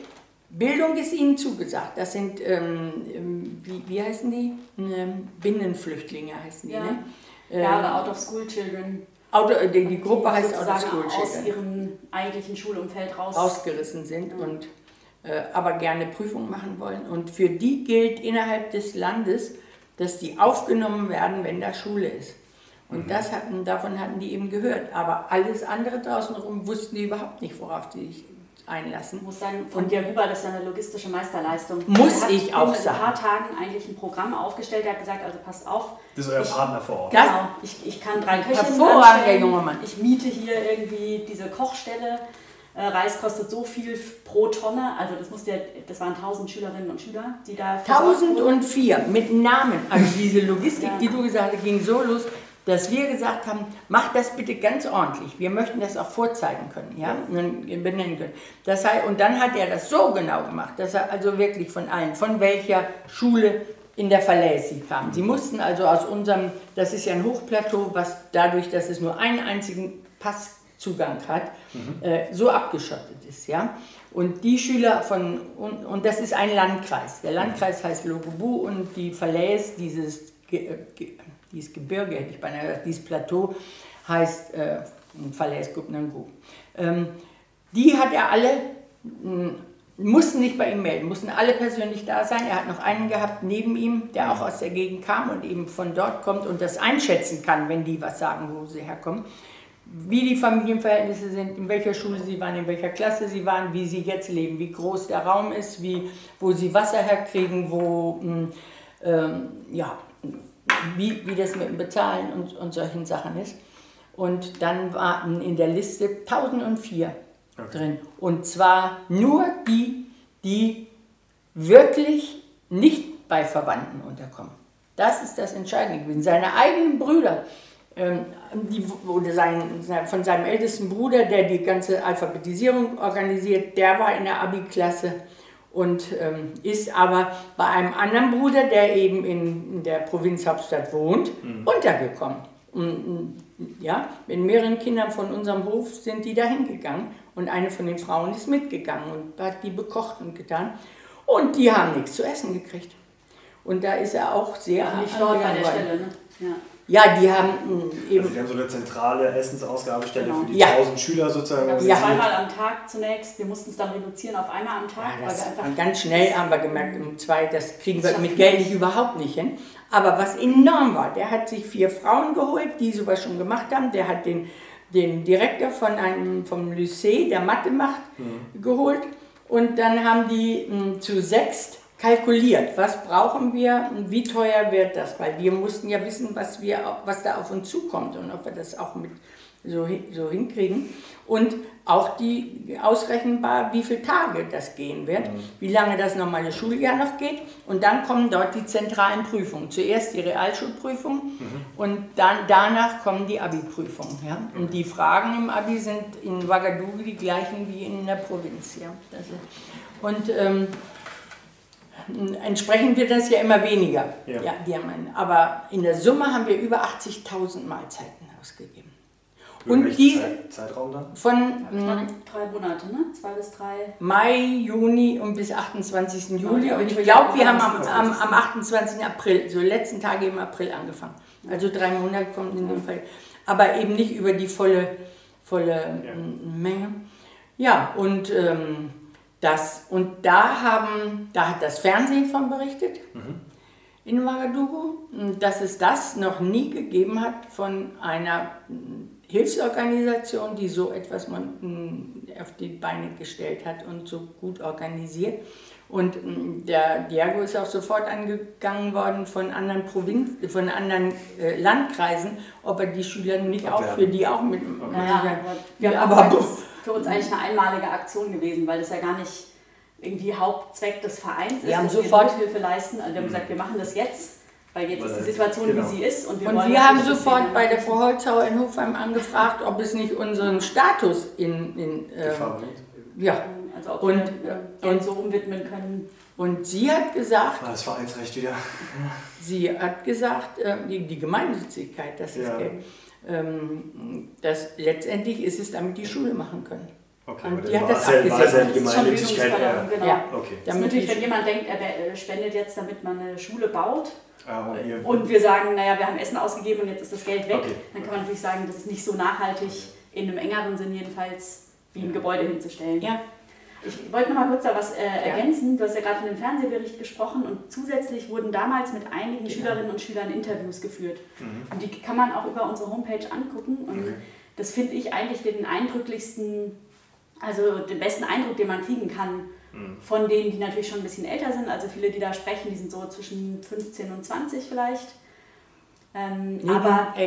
Bildung ist ihnen zugesagt. Das sind, wie heißen die? Binnenflüchtlinge heißen die, ja. ne? Ja, oder Out-of-School-Children. Die Gruppe heißt Out-of-School-Children. Aus ihrem eigentlichen Schulumfeld rausgerissen sind und aber gerne Prüfungen machen wollen. Und für die gilt innerhalb des Landes, dass die aufgenommen werden, wenn da Schule ist. Und davon hatten die eben gehört. Aber alles andere draußen herum wussten die überhaupt nicht, worauf sie sich einlassen. Muss dann von dir rüber, das ist ja eine logistische Meisterleistung. Muss ich auch sagen. In ein paar Tagen eigentlich ein Programm aufgestellt, der hat gesagt, also passt auf. Das ist euer Partner vor Ort. Genau, ich kann 3 Köchinnen hervorragender junger Mann. Ich miete hier irgendwie diese Kochstelle. Reis kostet so viel pro Tonne, also das waren 1000 Schülerinnen und Schüler, die da... 1004 mit Namen. Also diese Logistik, die du gesagt hast, ging so los, dass wir gesagt haben, mach das bitte ganz ordentlich. Wir möchten das auch vorzeigen können, ja, und benennen können. Das heißt, und dann hat er das so genau gemacht, dass er also wirklich von allen, von welcher Schule in der Falaise sie kamen. Sie mussten also aus unserem, das ist ja ein Hochplateau, was dadurch, dass es nur einen einzigen Passzugang hat, so abgeschottet ist, ja. Und die Schüler und das ist ein Landkreis. Der Landkreis heißt Logobu und die Falaise, dieses Gebirge, hätte ich beinahe gesagt, dieses Plateau heißt Falaise Gupnangu. Die hat er alle, mussten sich bei ihm melden, mussten alle persönlich da sein. Er hat noch einen gehabt neben ihm, der auch aus der Gegend kam und eben von dort kommt und das einschätzen kann, wenn die was sagen, wo sie herkommen. Wie die Familienverhältnisse sind, in welcher Schule sie waren, in welcher Klasse sie waren, wie sie jetzt leben, wie groß der Raum ist, wo sie Wasser herkriegen, wie das mit dem Bezahlen und solchen Sachen ist. Und dann waren in der Liste 1004 drin. Und zwar nur die wirklich nicht bei Verwandten unterkommen. Das ist das Entscheidende gewesen. Seine eigenen Brüder, von seinem ältesten Bruder, der die ganze Alphabetisierung organisiert, der war in der Abi-Klasse. Und ist aber bei einem anderen Bruder, der eben in der Provinzhauptstadt wohnt, untergekommen. Ja, mit mehreren Kindern von unserem Hof sind die dahin gegangen und eine von den Frauen ist mitgegangen und hat die bekocht und getan. Und die haben nichts zu essen gekriegt. Und da ist er auch sehr nicht dort an der Stelle, ne? Ja. Ja, die haben eben... Also die haben so eine zentrale Essensausgabestelle für die 1000 Schüler sozusagen. Zweimal am Tag zunächst, wir mussten es dann reduzieren auf einmal am Tag. Ja, das ganz schnell haben wir gemerkt, um 2, das kriegen wir mit Geld nicht überhaupt nicht hin. Aber was enorm war, der hat sich 4 Frauen geholt, die sowas schon gemacht haben. Der hat den Direktor vom Lycée, der Mathe macht, geholt. Und dann haben die zu 6 kalkuliert, was brauchen wir, wie teuer wird das, weil wir mussten ja wissen, was da auf uns zukommt und ob wir das auch mit so hinkriegen und auch ausrechenbar, wie viele Tage das gehen wird, wie lange das normale Schuljahr noch geht und dann kommen dort die zentralen Prüfungen. Zuerst die Realschulprüfung und dann danach kommen die Abi-Prüfungen. Ja? Und die Fragen im Abi sind in Ouagadougou die gleichen wie in der Provinz. Ja? Entsprechend wird das ja immer weniger. Ja. Aber in der Summe haben wir über 80.000 Mahlzeiten ausgegeben. Und die Zeitraum dann? Von 3 Monate, ne? 2 bis 3. Mai, Juni und bis 28. Juli. Und ich glaube, wir haben am 28. April, so letzten Tage im April angefangen. Also 3 Monate kommt in dem Fall. Aber eben nicht über die volle Menge. Ja, und da hat das Fernsehen von berichtet in Ouagadougou, dass es das noch nie gegeben hat von einer Hilfsorganisation, die so etwas auf die Beine gestellt hat und so gut organisiert. Und der Diago ist auch sofort angegangen worden von anderen Landkreisen, ob er die Schüler nicht auch für die auch mit... Das ist für uns eigentlich eine einmalige Aktion gewesen, weil das ja gar nicht irgendwie Hauptzweck des Vereins ist, dass wir Hilfe leisten. Also wir haben gesagt, wir machen das jetzt, weil jetzt ist die Situation, wie sie ist. Und wir haben sofort bei der Frau Holzhauer in Hofheim angefragt, ob es nicht unseren Status in ja. Also ob wir Geld so umwidmen können. Und sie hat gesagt... Das Vereinsrecht wieder. Sie hat gesagt, die Gemeinnützigkeit, das ist Geld. Letztendlich ist es, damit die Schule machen können. Okay, und aber die hat das war abgesegnet. ja Gemeinnützigkeit. Genau. Ja. Okay. Das ist natürlich, wenn jemand denkt, er spendet jetzt, damit man eine Schule baut, Und und wir sagen, naja, wir haben Essen ausgegeben und jetzt ist das Geld weg, Okay. dann kann man natürlich sagen, das ist nicht so nachhaltig, in einem engeren Sinn jedenfalls, wie ein Gebäude hinzustellen. Ja. Ich wollte noch mal kurz da was ergänzen. Du hast ja gerade von dem Fernsehbericht gesprochen und zusätzlich wurden damals mit einigen Schülerinnen und Schülern Interviews geführt. Und die kann man auch über unsere Homepage angucken und das finde ich eigentlich den eindrücklichsten, also den besten Eindruck, den man kriegen kann von denen, die natürlich schon ein bisschen älter sind. Also viele, die da sprechen, die sind so zwischen 15 und 20 vielleicht. Aber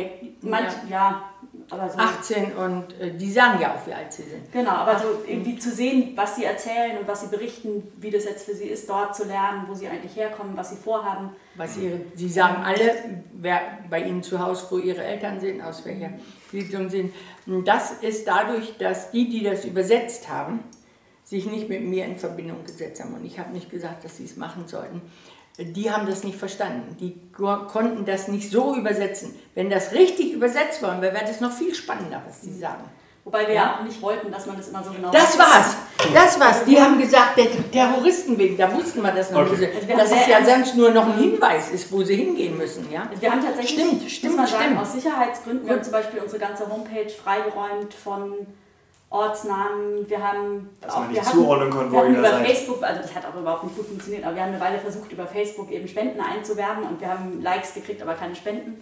aber so 18 und die sagen ja auch, wie alt sie sind. Genau, aber so irgendwie zu sehen, was sie erzählen und was sie berichten, wie das jetzt für sie ist, dort zu lernen, wo sie eigentlich herkommen, was sie vorhaben. Sie sagen alle, wer bei ihnen zu Hause, wo ihre Eltern sind, aus welcher Siedlung sind. Und das ist dadurch, dass die das übersetzt haben, sich nicht mit mir in Verbindung gesetzt haben. Und ich habe nicht gesagt, dass sie es machen sollten. Die haben das nicht verstanden. Die konnten das nicht so übersetzen. Wenn das richtig übersetzt worden wäre, wäre das noch viel spannender, was die sagen. Wobei wir ja auch nicht wollten, dass man das immer so genau Das war's. Die haben gesagt, der Terroristen wegen, da wussten wir das noch nicht. Also dass es ja sonst nur noch ein Hinweis ist, wo sie hingehen müssen. Ja? Also wir haben tatsächlich, stimmt, aus Sicherheitsgründen, wir haben zum Beispiel unsere ganze Homepage freigeräumt von Ortsnamen, wir haben zuordnen konnten, wo ihr über seid. Facebook, also das hat auch überhaupt nicht gut funktioniert, aber wir haben eine Weile versucht, über Facebook eben Spenden einzuwerben und wir haben Likes gekriegt, aber keine Spenden.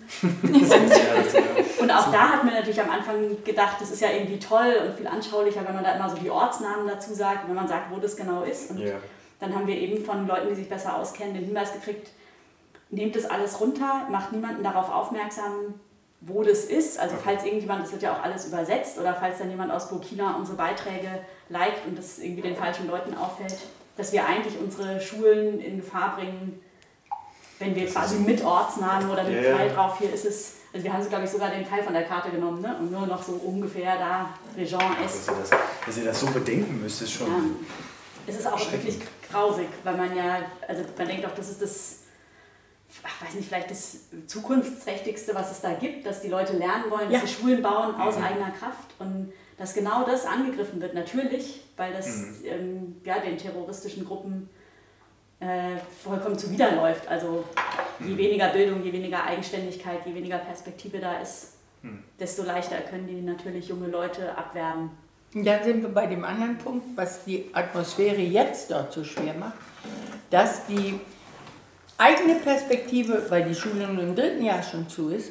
Und auch da hat man natürlich am Anfang gedacht, das ist ja irgendwie toll und viel anschaulicher, wenn man da immer so die Ortsnamen dazu sagt, wenn man sagt, wo das genau ist. Und dann haben wir eben von Leuten, die sich besser auskennen, den Hinweis gekriegt, nehmt das alles runter, macht niemanden darauf aufmerksam, wo das ist, also falls irgendjemand, das wird ja auch alles übersetzt, oder falls dann jemand aus Burkina unsere Beiträge liked und das irgendwie den falschen Leuten auffällt, dass wir eigentlich unsere Schulen in Gefahr bringen, wenn wir quasi mit Ortsnamen oder mit Pfeil drauf, hier ist es, also wir haben glaube ich sogar den Pfeil von der Karte genommen, ne? Und nur noch so ungefähr da, Région ist. Dass ihr das so bedenken müsst, ist schon... Ja. Es ist auch wirklich grausig, weil man ja, also man denkt auch, das ist das, weiß nicht, vielleicht das zukunftsträchtigste, was es da gibt, dass die Leute lernen wollen, dass sie Schulen bauen aus eigener Kraft und dass genau das angegriffen wird, natürlich, weil das den terroristischen Gruppen vollkommen zuwiderläuft. Also je weniger Bildung, je weniger Eigenständigkeit, je weniger Perspektive da ist, desto leichter können die natürlich junge Leute abwerben. Dann sind wir bei dem anderen Punkt, was die Atmosphäre jetzt dort so schwer macht, dass die eigene Perspektive, weil die Schule nun im 3. Jahr schon zu ist,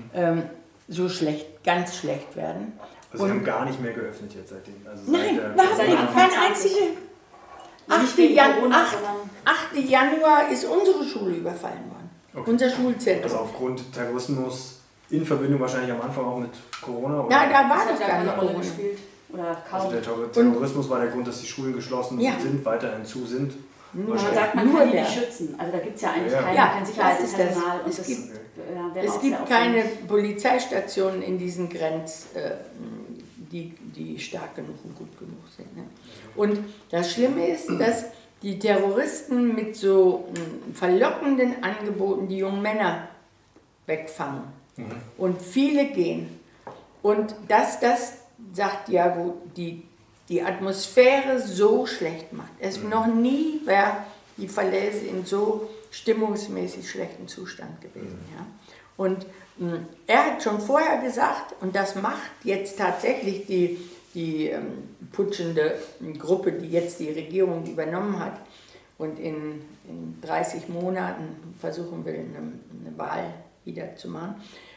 so schlecht, ganz schlecht werden. Also sie haben gar nicht mehr geöffnet jetzt seitdem? Also nein, kein einziger. 8. Januar ist unsere Schule überfallen worden. Okay. Unser Schulzentrum. Also aufgrund Terrorismus in Verbindung wahrscheinlich am Anfang auch mit Corona? Oder? Ja, da war das gar nicht Corona gespielt. Oder kaum. Also der Terrorismus war der Grund, dass die Schulen geschlossen sind, weiterhin zu sind. Man sagt, man kann die nicht schützen. Also da gibt es ja eigentlich kein Sicherheitspersonal. Es gibt keine Polizeistationen in diesen die stark genug und gut genug sind. Ne? Und das Schlimme ist, dass die Terroristen mit so verlockenden Angeboten die jungen Männer wegfangen. Und viele gehen. Und dass das, sagt Jago, die Atmosphäre so schlecht macht. Es noch nie war die Falaise in so stimmungsmäßig schlechten Zustand gewesen. Ja? Und er hat schon vorher gesagt, und das macht jetzt tatsächlich die putschende Gruppe, die jetzt die Regierung übernommen hat und in 30 Monaten versuchen will, eine Wahl wieder zu machen,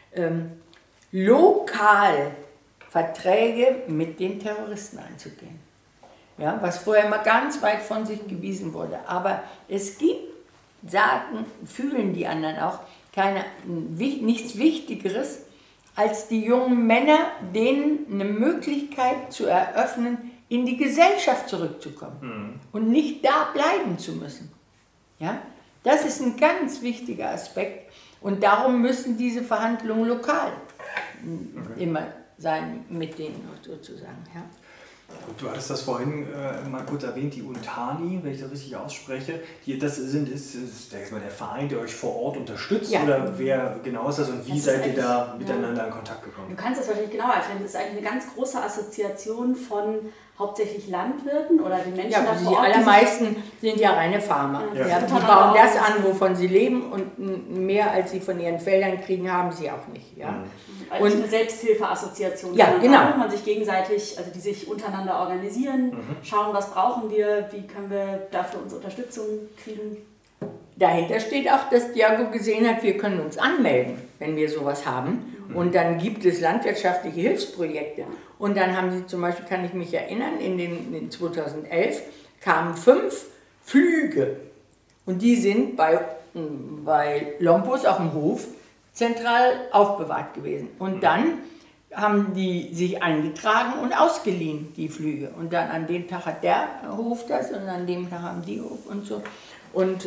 lokal Verträge mit den Terroristen einzugehen. Ja, was vorher mal ganz weit von sich gewiesen wurde. Aber es gibt, fühlen die anderen auch, nichts Wichtigeres, als die jungen Männer, denen eine Möglichkeit zu eröffnen, in die Gesellschaft zurückzukommen und nicht da bleiben zu müssen. Ja? Das ist ein ganz wichtiger Aspekt und darum müssen diese Verhandlungen lokal immer sein mit denen sozusagen. Ja. Du hattest das vorhin mal kurz erwähnt, die Untani, wenn ich das richtig ausspreche. Das ist der Verein, der euch vor Ort unterstützt? Oder wer genau ist das und wie seid ihr da miteinander in Kontakt gekommen? Du kannst das wahrscheinlich genauer erklären. Das ist eigentlich eine ganz große Assoziation von hauptsächlich Landwirten oder den Menschen da vor Die Ort. allermeisten sind ja reine Farmer. Die bauen das an, wovon sie leben, und mehr als sie von ihren Feldern kriegen, haben sie auch nicht. Ja? Also eine Selbsthilfeassoziation, wo man sich gegenseitig, also die sich untereinander organisieren, schauen, was brauchen wir, wie können wir dafür unsere Unterstützung kriegen. Dahinter steht auch, dass Diago gesehen hat, wir können uns anmelden, wenn wir sowas haben. Und dann gibt es landwirtschaftliche Hilfsprojekte. Und dann haben sie zum Beispiel, kann ich mich erinnern, in 2011 kamen 5 Flüge. Und die sind bei Lompos auf dem Hof zentral aufbewahrt gewesen. Und dann haben die sich eingetragen und ausgeliehen, die Flüge. Und dann an dem Tag hat der Hof das und an dem Tag haben die Hof und so. Und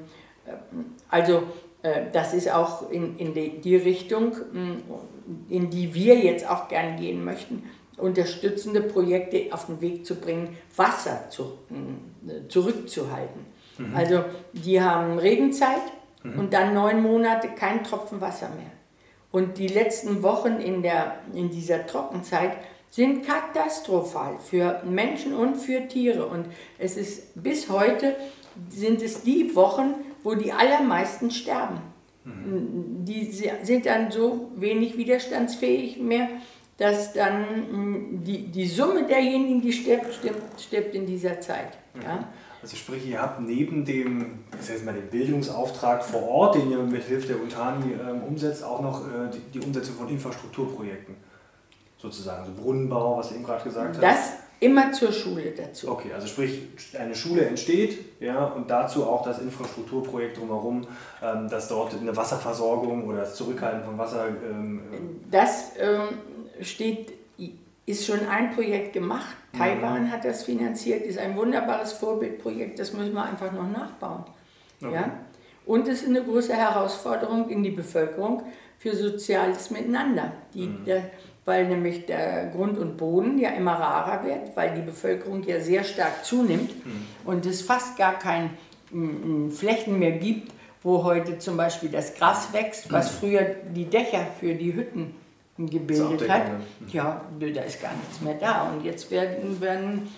das ist auch in die Richtung, in die wir jetzt auch gern gehen möchten, unterstützende Projekte auf den Weg zu bringen, Wasser zurückzuhalten. Also die haben Regenzeit und dann 9 Monate kein Tropfen Wasser mehr. Und die letzten Wochen in dieser Trockenzeit sind katastrophal für Menschen und für Tiere. Und es ist bis heute sind es die Wochen, wo die allermeisten sterben. Die sind dann so wenig widerstandsfähig mehr, dass dann die Summe derjenigen, die stirbt in dieser Zeit. Ja? Also sprich, ihr habt neben dem Bildungsauftrag vor Ort, den ihr mit Hilfe der Untani umsetzt, auch noch die Umsetzung von Infrastrukturprojekten, sozusagen, also Brunnenbau, was du eben gerade gesagt hast. Das immer zur Schule dazu. Okay, also sprich, eine Schule entsteht, ja, und dazu auch das Infrastrukturprojekt drumherum, dass dort eine Wasserversorgung oder das Zurückhalten von Wasser... Das ist schon ein Projekt gemacht. Taiwan hat das finanziert, ist ein wunderbares Vorbildprojekt, das müssen wir einfach noch nachbauen. Okay. Ja? Und es ist eine große Herausforderung in die Bevölkerung für soziales Miteinander. Weil nämlich der Grund und Boden ja immer rarer wird, weil die Bevölkerung ja sehr stark zunimmt und es fast gar keine Flächen mehr gibt, wo heute zum Beispiel das Gras wächst, was früher die Dächer für die Hütten gebildet hat. Ja, da ist gar nichts mehr da. Und jetzt werden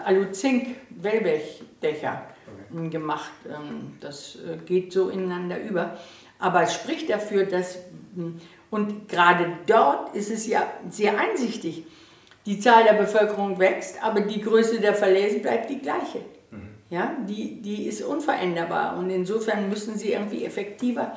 Alu-Zink-Wellblechdächer gemacht. Das geht so ineinander über. Aber es spricht dafür, dass... Und gerade dort ist es ja sehr einsichtig. Die Zahl der Bevölkerung wächst, aber die Größe der Verlesen bleibt die gleiche. Ja, die ist unveränderbar. Und insofern müssen sie irgendwie effektiver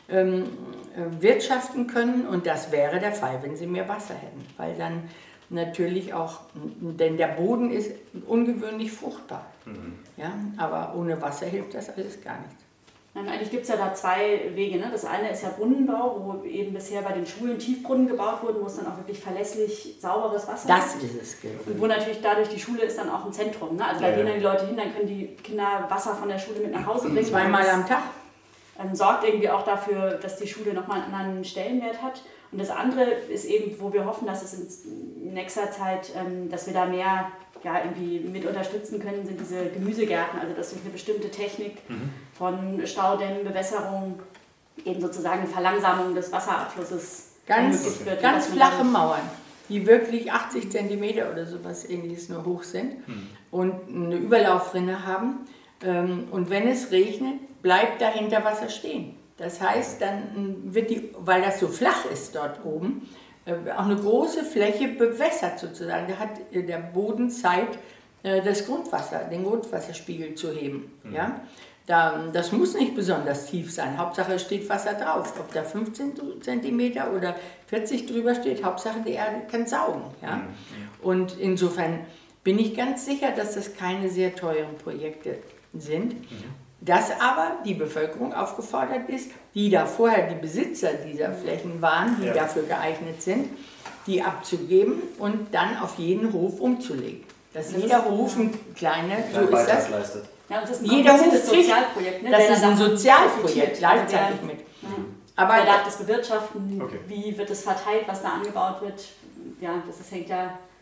wirtschaften können. Und das wäre der Fall, wenn sie mehr Wasser hätten. Weil dann natürlich auch, denn der Boden ist ungewöhnlich fruchtbar. Ja, aber ohne Wasser hilft das alles gar nichts. Eigentlich gibt es ja da 2 Wege. Ne? Das eine ist ja Brunnenbau, wo eben bisher bei den Schulen Tiefbrunnen gebaut wurden, wo es dann auch wirklich verlässlich sauberes Wasser das ist es. Und wo natürlich dadurch die Schule ist dann auch ein Zentrum. Ne? Also da gehen dann die Leute hin, dann können die Kinder Wasser von der Schule mit nach Hause bringen. 2-mal am Tag. Sorgt irgendwie auch dafür, dass die Schule nochmal einen anderen Stellenwert hat. Und das andere ist eben, wo wir hoffen, dass es in nächster Zeit, dass wir da mehr irgendwie mit unterstützen können, sind diese Gemüsegärten, also dass durch eine bestimmte Technik von Staudämmen, Bewässerung, eben sozusagen eine Verlangsamung des Wasserabflusses ermöglicht wird. Ganz flache Mauern, die wirklich 80 cm oder sowas ähnliches nur hoch sind und eine Überlaufrinne haben. Und wenn es regnet, bleibt dahinter Wasser stehen. Das heißt, dann wird weil das so flach ist dort oben, auch eine große Fläche bewässert sozusagen. Da hat der Boden Zeit, das Grundwasser, den Grundwasserspiegel zu heben. Ja? Das muss nicht besonders tief sein. Hauptsache es steht Wasser drauf. Ob da 15 cm oder 40 drüber steht, Hauptsache die Erde kann saugen. Ja? Und insofern bin ich ganz sicher, dass das keine sehr teuren Projekte sind. Dass aber die Bevölkerung aufgefordert ist, die da vorher die Besitzer dieser Flächen waren, die dafür geeignet sind, die abzugeben und dann auf jeden Hof umzulegen. Dass jeder Hof ein kleiner, so ist das. Leistet. Ja, das ist jeder Hof kriegt, Sozialprojekt, ne? Das ist ein Sozialprojekt, gleichzeitig mit. Aber wer darf das bewirtschaften? Okay. Wie wird es verteilt, was da angebaut wird? Ja, hängt ja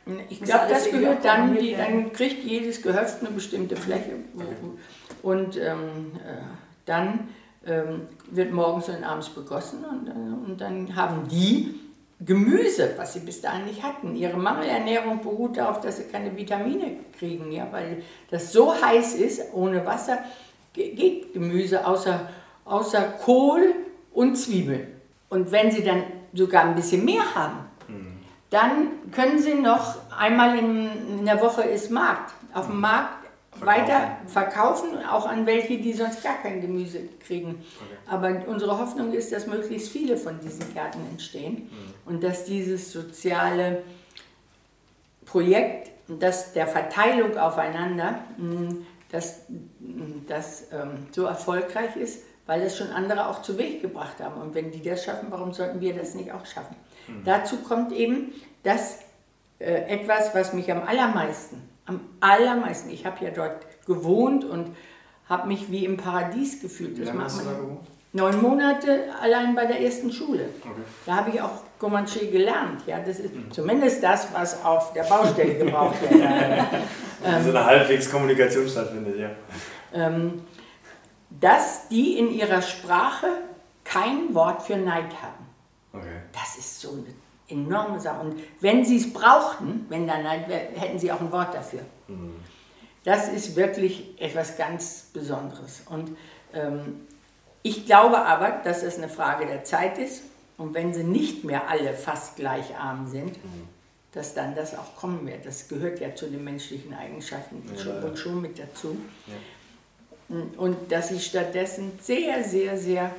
Ich glaube, das gehört dann, dann kriegt jedes Gehöft eine bestimmte Fläche. Und dann wird morgens und abends begossen und dann haben die Gemüse, was sie bis dahin nicht hatten. Ihre Mangelernährung beruht darauf, dass sie keine Vitamine kriegen, ja, weil das so heiß ist, ohne Wasser geht Gemüse außer Kohl und Zwiebeln. Und wenn sie dann sogar ein bisschen mehr haben, dann können sie noch einmal in der Woche ist Markt, auf dem Markt weiter verkaufen, auch an welche, die sonst gar kein Gemüse kriegen. Okay. Aber unsere Hoffnung ist, dass möglichst viele von diesen Gärten entstehen und dass dieses soziale Projekt, das der Verteilung aufeinander, dass das so erfolgreich ist, weil das schon andere auch zu Weg gebracht haben. Und wenn die das schaffen, warum sollten wir das nicht auch schaffen? Dazu kommt eben das etwas, was mich am allermeisten, ich habe ja dort gewohnt und habe mich wie im Paradies gefühlt. Wie lange hast du da gewohnt? 9 Monate allein bei der ersten Schule. Okay. Da habe ich auch Comanche gelernt. Ja, das ist zumindest das, was auf der Baustelle gebraucht wird. So eine halbwegs Kommunikation stattfindet, ja. Dass die in ihrer Sprache kein Wort für Neid haben. Okay. Das ist so eine enorme Sache. Und wenn sie es brauchten, wenn da Neid wäre, hätten sie auch ein Wort dafür. Das ist wirklich etwas ganz Besonderes. Und ich glaube aber, dass es eine Frage der Zeit ist. Und wenn sie nicht mehr alle fast gleich arm sind, dass dann das auch kommen wird. Das gehört ja zu den menschlichen Eigenschaften schon mit dazu. Ja. Und dass sie stattdessen sehr, sehr, sehr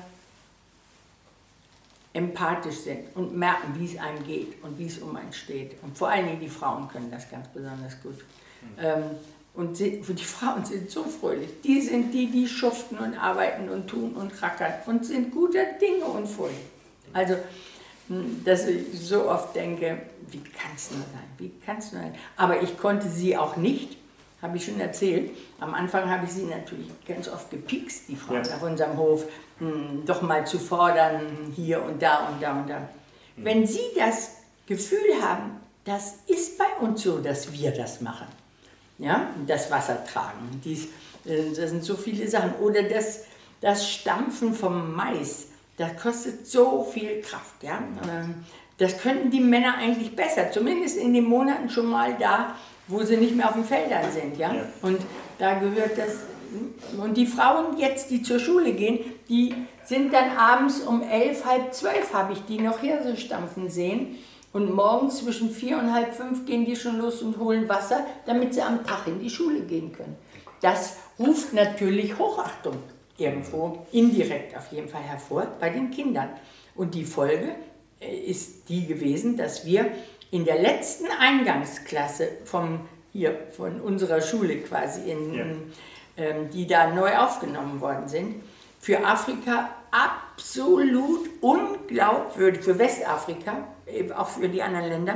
empathisch sind und merken, wie es einem geht und wie es um einen steht. Und vor allen Dingen die Frauen können das ganz besonders gut. Und die Frauen sind so fröhlich. Die sind die schuften und arbeiten und tun und rackern und sind guter Dinge und fröhlich. Also, dass ich so oft denke, wie kann es nur sein, wie kann es nur sein. Aber ich konnte sie auch nicht, habe ich schon erzählt. Am Anfang habe ich sie natürlich ganz oft gepikst, die Frauen auf unserem Hof, doch mal zu fordern, hier und da und da und da. Wenn sie das Gefühl haben, das ist bei uns so, dass wir das machen, ja, das Wasser tragen, das sind so viele Sachen. Oder das Stampfen vom Mais, das kostet so viel Kraft, ja. Das könnten die Männer eigentlich besser, zumindest in den Monaten schon mal da, wo sie nicht mehr auf den Feldern sind, ja. Und da gehört das. Und die Frauen jetzt, die zur Schule gehen, die sind dann abends um 11, halb 12 habe ich die noch Hirse stampfen sehen. Und morgens zwischen 4 und halb 5 gehen die schon los und holen Wasser, damit sie am Tag in die Schule gehen können. Das ruft natürlich Hochachtung irgendwo, indirekt auf jeden Fall hervor, bei den Kindern. Und die Folge ist die gewesen, dass wir in der letzten Eingangsklasse von unserer Schule quasi, die da neu aufgenommen worden sind, für Afrika absolut unglaubwürdig, für Westafrika, eben auch für die anderen Länder,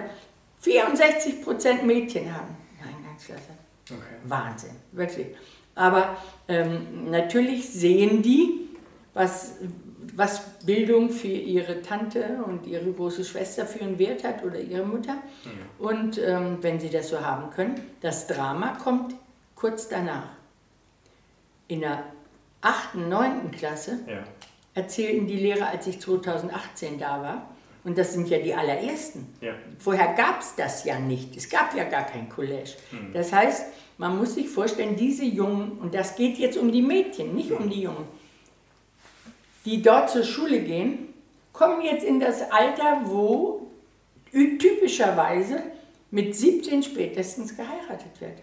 64% Mädchen haben in der Eingangsklasse. Okay. Wahnsinn, wirklich. Aber natürlich sehen die, was Bildung für ihre Tante und ihre große Schwester für einen Wert hat oder ihre Mutter. Und wenn sie das so haben können, das Drama kommt kurz danach. In der 8., 9. Klasse erzählten die Lehrer, als ich 2018 da war, und das sind ja die allerersten. Ja. Vorher gab es das ja nicht. Es gab ja gar kein College. Das heißt, man muss sich vorstellen, diese Jungen, und das geht jetzt um die Mädchen, nicht um die Jungen, die dort zur Schule gehen, kommen jetzt in das Alter, wo typischerweise mit 17 spätestens geheiratet wird.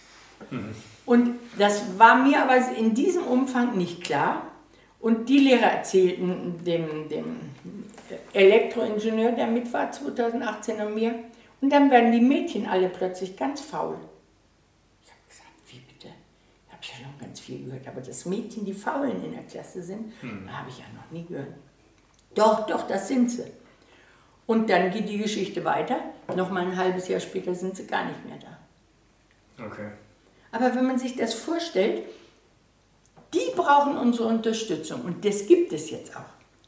Und das war mir aber in diesem Umfang nicht klar. Und die Lehrer erzählten dem Elektroingenieur, der mit war 2018 und mir, und dann werden die Mädchen alle plötzlich ganz faul. Ich habe gesagt, wie bitte? Ich habe ja schon ganz viel gehört, aber dass Mädchen die Faulen in der Klasse sind, habe ich ja noch nie gehört. Doch, das sind sie. Und dann geht die Geschichte weiter. Nochmal ein halbes Jahr später sind sie gar nicht mehr da. Okay. Aber wenn man sich das vorstellt, die brauchen unsere Unterstützung und das gibt es jetzt auch.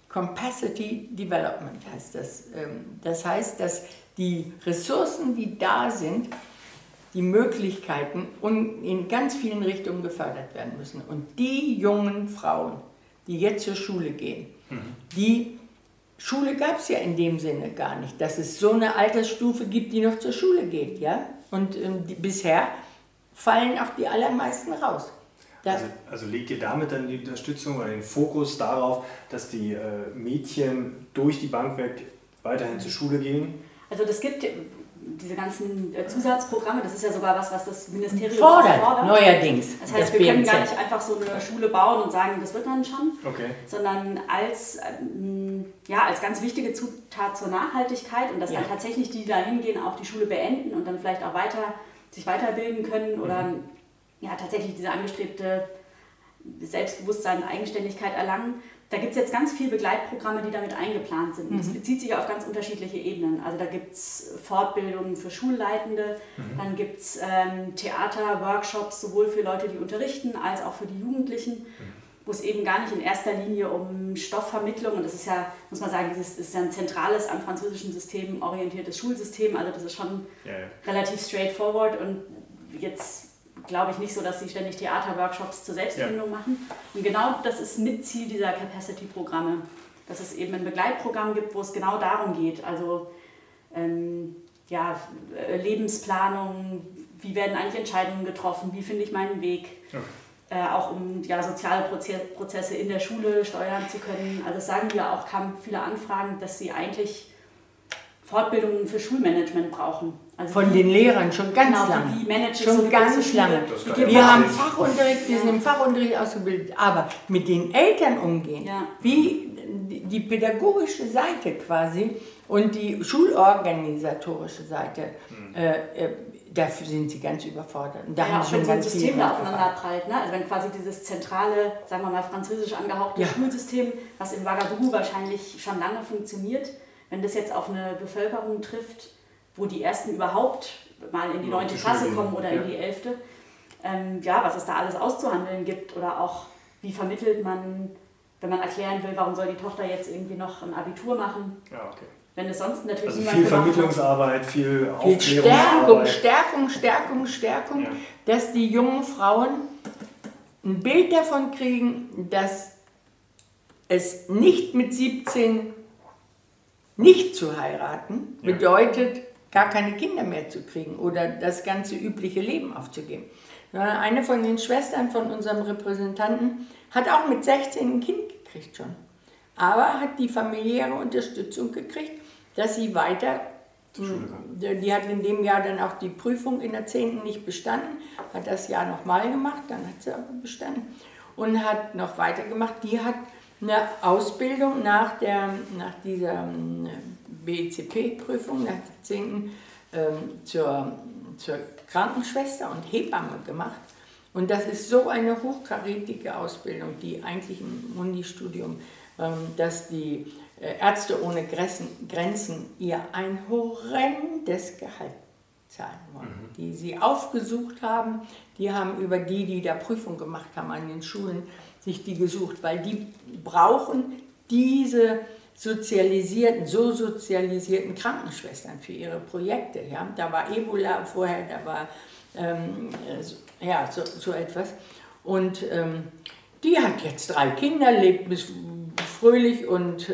Capacity Development heißt das. Das heißt, dass die Ressourcen, die da sind, die Möglichkeiten in ganz vielen Richtungen gefördert werden müssen. Und die jungen Frauen, die jetzt zur Schule gehen, die Schule gab es ja in dem Sinne gar nicht, dass es so eine Altersstufe gibt, die noch zur Schule geht. Ja? Und bisher fallen auch die allermeisten raus. Also legt ihr damit dann die Unterstützung oder den Fokus darauf, dass die Mädchen durch die Bank weg weiterhin zur Schule gehen? Also das gibt diese ganzen Zusatzprogramme, das ist ja sogar was das Ministerium fordert. Neuerdings. Das heißt, wir können gar nicht einfach so eine Schule bauen und sagen, das wird dann schon, sondern als ganz wichtige Zutat zur Nachhaltigkeit und dass dann tatsächlich die da hingehen, auch die Schule beenden und dann vielleicht auch sich weiterbilden können oder tatsächlich diese angestrebte Selbstbewusstsein, Eigenständigkeit erlangen. Da gibt es jetzt ganz viele Begleitprogramme, die damit eingeplant sind. Das bezieht sich auf ganz unterschiedliche Ebenen. Also da gibt es Fortbildungen für Schulleitende, dann gibt es Theaterworkshops, sowohl für Leute, die unterrichten, als auch für die Jugendlichen, wo es eben gar nicht in erster Linie um Stoffvermittlung, und das ist ja, muss man sagen, das ist ja ein zentrales, am französischen System orientiertes Schulsystem, also das ist schon relativ straightforward und jetzt glaube ich nicht so, dass sie ständig Theaterworkshops zur Selbstfindung machen. Und genau das ist Mitziel dieser Capacity-Programme, dass es eben ein Begleitprogramm gibt, wo es genau darum geht, also Lebensplanung, wie werden eigentlich Entscheidungen getroffen, wie finde ich meinen Weg, auch um soziale Prozesse in der Schule steuern zu können. Also das sagen wir auch, kamen viele Anfragen, dass sie eigentlich Fortbildungen für Schulmanagement brauchen. Also von den Lehrern schon ganz lange. Schon ganz lange. Wir haben Fachunterricht, wir sind im Fachunterricht ausgebildet, aber mit den Eltern umgehen, wie die pädagogische Seite quasi und die schulorganisatorische Seite, dafür sind sie ganz überfordert. Und da haben sie schon ganz viel System da aufeinander prallt, ne? Also wenn quasi dieses zentrale, sagen wir mal französisch angehauchte Schulsystem, was in Ouagadougou wahrscheinlich schon lange funktioniert, wenn das jetzt auf eine Bevölkerung trifft, wo die Ersten überhaupt mal in die 9. Klasse kommen oder in die 11., was es da alles auszuhandeln gibt oder auch wie vermittelt man, wenn man erklären will, warum soll die Tochter jetzt irgendwie noch ein Abitur machen. Ja, okay. Wenn es sonst natürlich also viel Vermittlungsarbeit, viel Aufklärungsarbeit. Stärkung, dass die jungen Frauen ein Bild davon kriegen, dass es nicht mit 17 nicht zu heiraten bedeutet, gar keine Kinder mehr zu kriegen oder das ganze übliche Leben aufzugeben. Eine von den Schwestern von unserem Repräsentanten hat auch mit 16 ein Kind gekriegt schon, aber hat die familiäre Unterstützung gekriegt, dass sie weiter, die hat in dem Jahr dann auch die Prüfung in der 10. nicht bestanden, hat das Jahr nochmal gemacht, dann hat sie aber bestanden und hat noch weitergemacht. Die hat eine Ausbildung nach dieser BECP-Prüfung, nach der 10. Zur Krankenschwester und Hebamme gemacht. Und das ist so eine hochkarätige Ausbildung, die eigentlich im Unistudium, dass die Ärzte ohne Grenzen ihr ein horrendes Gehalt zahlen wollen. Die sie aufgesucht haben, die haben über die da Prüfung gemacht haben an den Schulen, sich die gesucht, weil die brauchen diese so sozialisierten Krankenschwestern für ihre Projekte. Ja? Da war Ebola vorher, da war so etwas. Und die hat jetzt 3 Kinder, lebt fröhlich und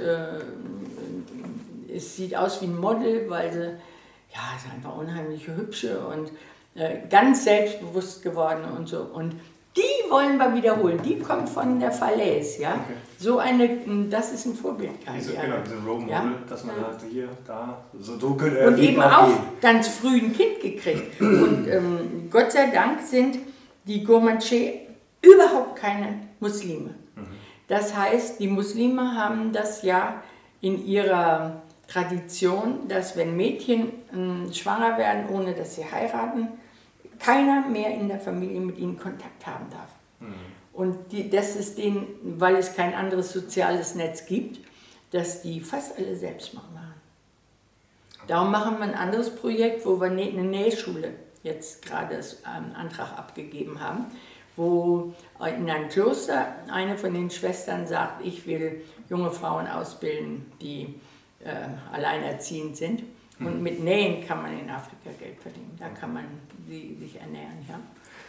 es sieht aus wie ein Model, weil sie ist einfach unheimlich hübsche und ganz selbstbewusst geworden und so. Und die wollen wir wiederholen. Die kommt von der Falaise, ja. Okay. So das ist ein Vorbild. Diese Role Model, dass man sagt, hier, da, so können und eben auch ganz früh ein Kind gekriegt. Und Gott sei Dank sind die Gourmandché überhaupt keine Muslime. Das heißt, die Muslime haben das ja in ihrer Tradition, dass wenn Mädchen schwanger werden, ohne dass sie heiraten, keiner mehr in der Familie mit ihnen Kontakt haben darf. Und das ist denen, weil es kein anderes soziales Netz gibt, dass die fast alle selbst machen. Darum machen wir ein anderes Projekt, wo wir eine Nähschule jetzt gerade einen Antrag abgegeben haben, wo in einem Kloster eine von den Schwestern sagt, ich will junge Frauen ausbilden, die alleinerziehend sind. Und mit Nähen kann man in Afrika Geld verdienen. Da kann man sich ernähren. Ja.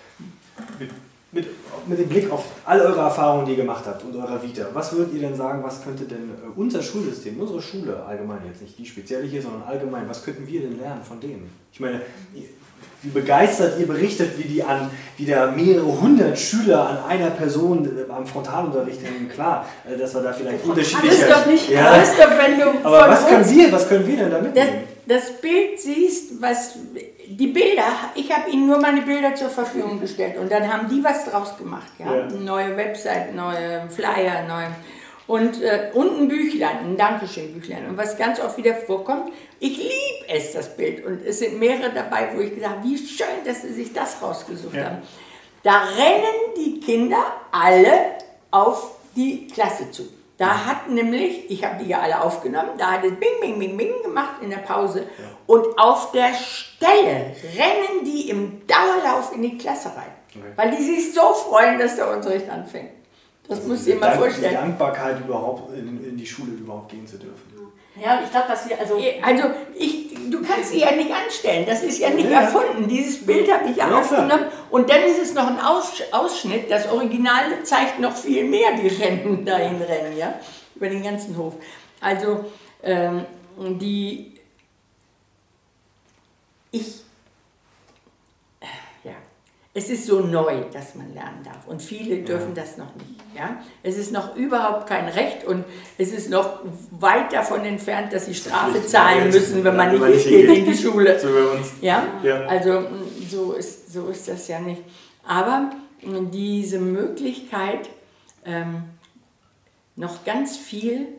Mit dem Blick auf all eure Erfahrungen, die ihr gemacht habt und eurer Vita, was würdet ihr denn sagen, was könnte denn unser Schulsystem, unsere Schule allgemein, jetzt nicht die spezielle hier, sondern allgemein, was könnten wir denn lernen von denen? Ich meine, wie begeistert ihr berichtet, wie da mehrere hundert Schüler an einer Person am Frontalunterricht hängen. Klar, dass wir da vielleicht unterschiedlich sind. Das ist doch nicht, ja. wenn du aber was können wir denn damit machen? Das Bild siehst, die Bilder, ich habe ihnen nur meine Bilder zur Verfügung gestellt und dann haben die was draus gemacht. Ja? Neue Website, neue Flyer, und ein Büchlein, ein Dankeschön-Büchlein. Und was ganz oft wieder vorkommt, ich liebe es, das Bild. Und es sind mehrere dabei, wo ich gesagt habe, wie schön, dass sie sich das rausgesucht haben. Da rennen die Kinder alle auf die Klasse zu. Da hat nämlich, ich habe die ja alle aufgenommen, da hat es Bing, Bing, Bing, Bing gemacht in der Pause. Und auf der Stelle rennen die im Dauerlauf in die Klasse rein. Weil die sich so freuen, dass der Unterricht anfängt. Das also musst du dir mal vorstellen. Die Dankbarkeit überhaupt in die Schule überhaupt gehen zu dürfen. Ja, ich glaube, was wir... du kannst sie ja nicht anstellen, das ist ja nicht erfunden. Dieses Bild habe ich ja aufgenommen. Und dann ist es noch ein Ausschnitt, das Original zeigt noch viel mehr, die dahin rennen, ja, über den ganzen Hof. Also, es ist so neu, dass man lernen darf und viele dürfen das noch nicht. Ja? Es ist noch überhaupt kein Recht und es ist noch weit davon entfernt, dass sie Strafe zahlen müssen, wenn man nicht geht in die Schule. So bei uns. Ja? Also so ist das ja nicht. Aber diese Möglichkeit, noch ganz viel...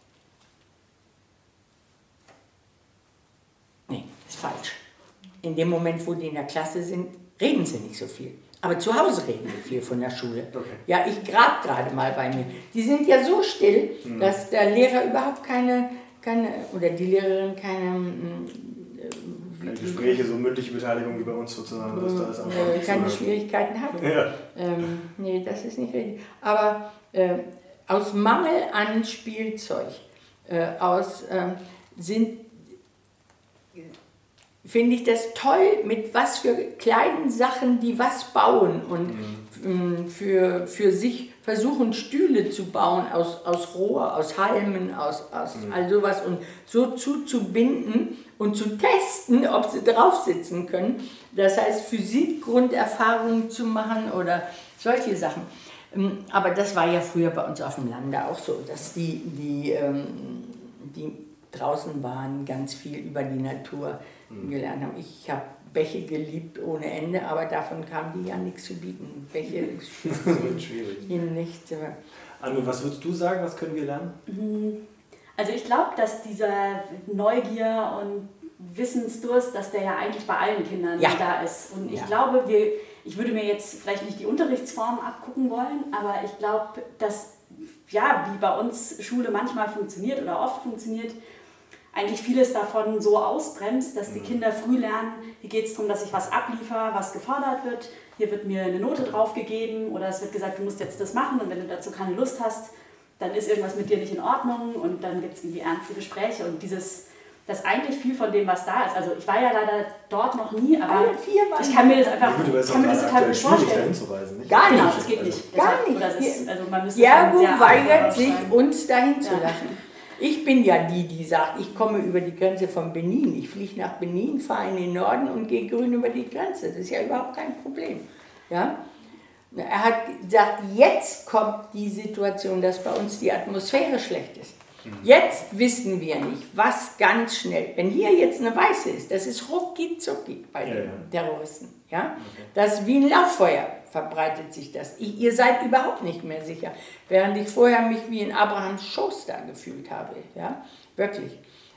Nee, ist falsch. In dem Moment, wo die in der Klasse sind, reden sie nicht so viel. Aber zu Hause reden wir viel von der Schule. Okay. Ja, ich grab gerade mal bei mir. Die sind ja so still, dass der Lehrer überhaupt keine oder die Lehrerin keine Gespräche, so mündliche Beteiligung wie bei uns sozusagen. Dass da ist keine Schwierigkeiten hat. Ja. Nee, das ist nicht richtig. Aber aus Mangel an Spielzeug, finde ich das toll, mit was für kleinen Sachen die was bauen und für sich versuchen, Stühle zu bauen aus Rohr, aus Halmen, aus all sowas und so zuzubinden und zu testen, ob sie drauf sitzen können. Das heißt, Physikgrunderfahrungen zu machen oder solche Sachen. Aber das war ja früher bei uns auf dem Lande auch so, dass die draußen waren, ganz viel über die Natur gelernt haben. Ich habe Bäche geliebt ohne Ende, aber davon kam die ja nichts zu bieten. Bäche schwierig. Ihnen nicht. Anne, was würdest du sagen, was können wir lernen? Also ich glaube, dass dieser Neugier und Wissensdurst, dass der ja eigentlich bei allen Kindern da ist. Und ich glaube, ich würde mir jetzt vielleicht nicht die Unterrichtsform abgucken wollen, aber ich glaube, dass, wie bei uns Schule manchmal funktioniert oder oft funktioniert, eigentlich vieles davon so ausbremst, dass die Kinder früh lernen, hier geht es darum, dass ich was abliefere, was gefordert wird, hier wird mir eine Note drauf gegeben oder es wird gesagt, du musst jetzt das machen und wenn du dazu keine Lust hast, dann ist irgendwas mit dir nicht in Ordnung und dann gibt es irgendwie ernste Gespräche und das eigentlich viel von dem, was da ist. Also ich war ja leider dort noch nie, aber ich kann mir das einfach total gut vorstellen. Gar nicht. Das geht nicht. Gar nicht. Also man müsste weigert sich, uns dahin zu lassen. Ich bin ja die sagt, ich komme über die Grenze von Benin. Ich fliege nach Benin, fahre in den Norden und gehe grün über die Grenze. Das ist ja überhaupt kein Problem. Ja? Er hat gesagt, jetzt kommt die Situation, dass bei uns die Atmosphäre schlecht ist. Jetzt wissen wir nicht, was ganz schnell, wenn hier jetzt eine Weiße ist, das ist rucki zucki bei den Terroristen. Ja? Das ist wie ein Lauffeuer, verbreitet sich das. Ihr seid überhaupt nicht mehr sicher, während ich vorher mich wie in Abrahams Schoß da gefühlt habe. Ja? Wirklich.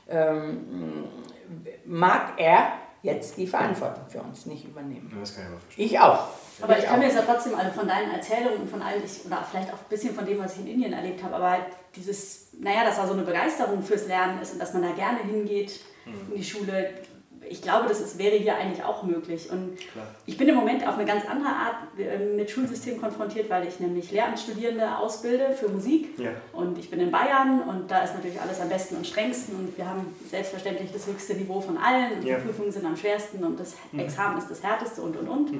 Mag er jetzt die Verantwortung für uns nicht übernehmen. Das kann ich aber verstehen. Ich auch. Aber ich kann mir jetzt ja trotzdem von deinen Erzählungen und von allem, oder vielleicht auch ein bisschen von dem, was ich in Indien erlebt habe, aber halt dass da so eine Begeisterung fürs Lernen ist und dass man da gerne hingeht in die Schule, ich glaube, wäre hier eigentlich auch möglich. Und ich bin im Moment auf eine ganz andere Art mit Schulsystem konfrontiert, weil ich nämlich Lehramtsstudierende ausbilde für Musik. Ja. Und ich bin in Bayern und da ist natürlich alles am besten und strengsten und wir haben selbstverständlich das höchste Niveau von allen und die Prüfungen sind am schwersten und das Examen ist das härteste und.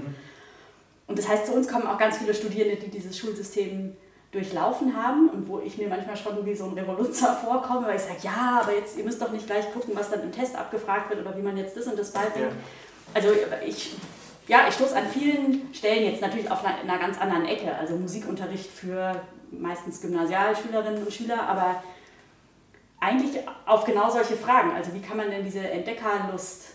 Und das heißt, zu uns kommen auch ganz viele Studierende, die dieses Schulsystem durchlaufen haben und wo ich mir manchmal schon wie so ein Revoluzer vorkomme, weil ich sage, ja, aber jetzt, ihr müsst doch nicht gleich gucken, was dann im Test abgefragt wird oder wie man jetzt das und das beibringt. Ja. Also ich stoße an vielen Stellen jetzt natürlich auf einer ganz anderen Ecke, also Musikunterricht für meistens Gymnasialschülerinnen und Schüler, aber eigentlich auf genau solche Fragen, also wie kann man denn diese Entdeckerlust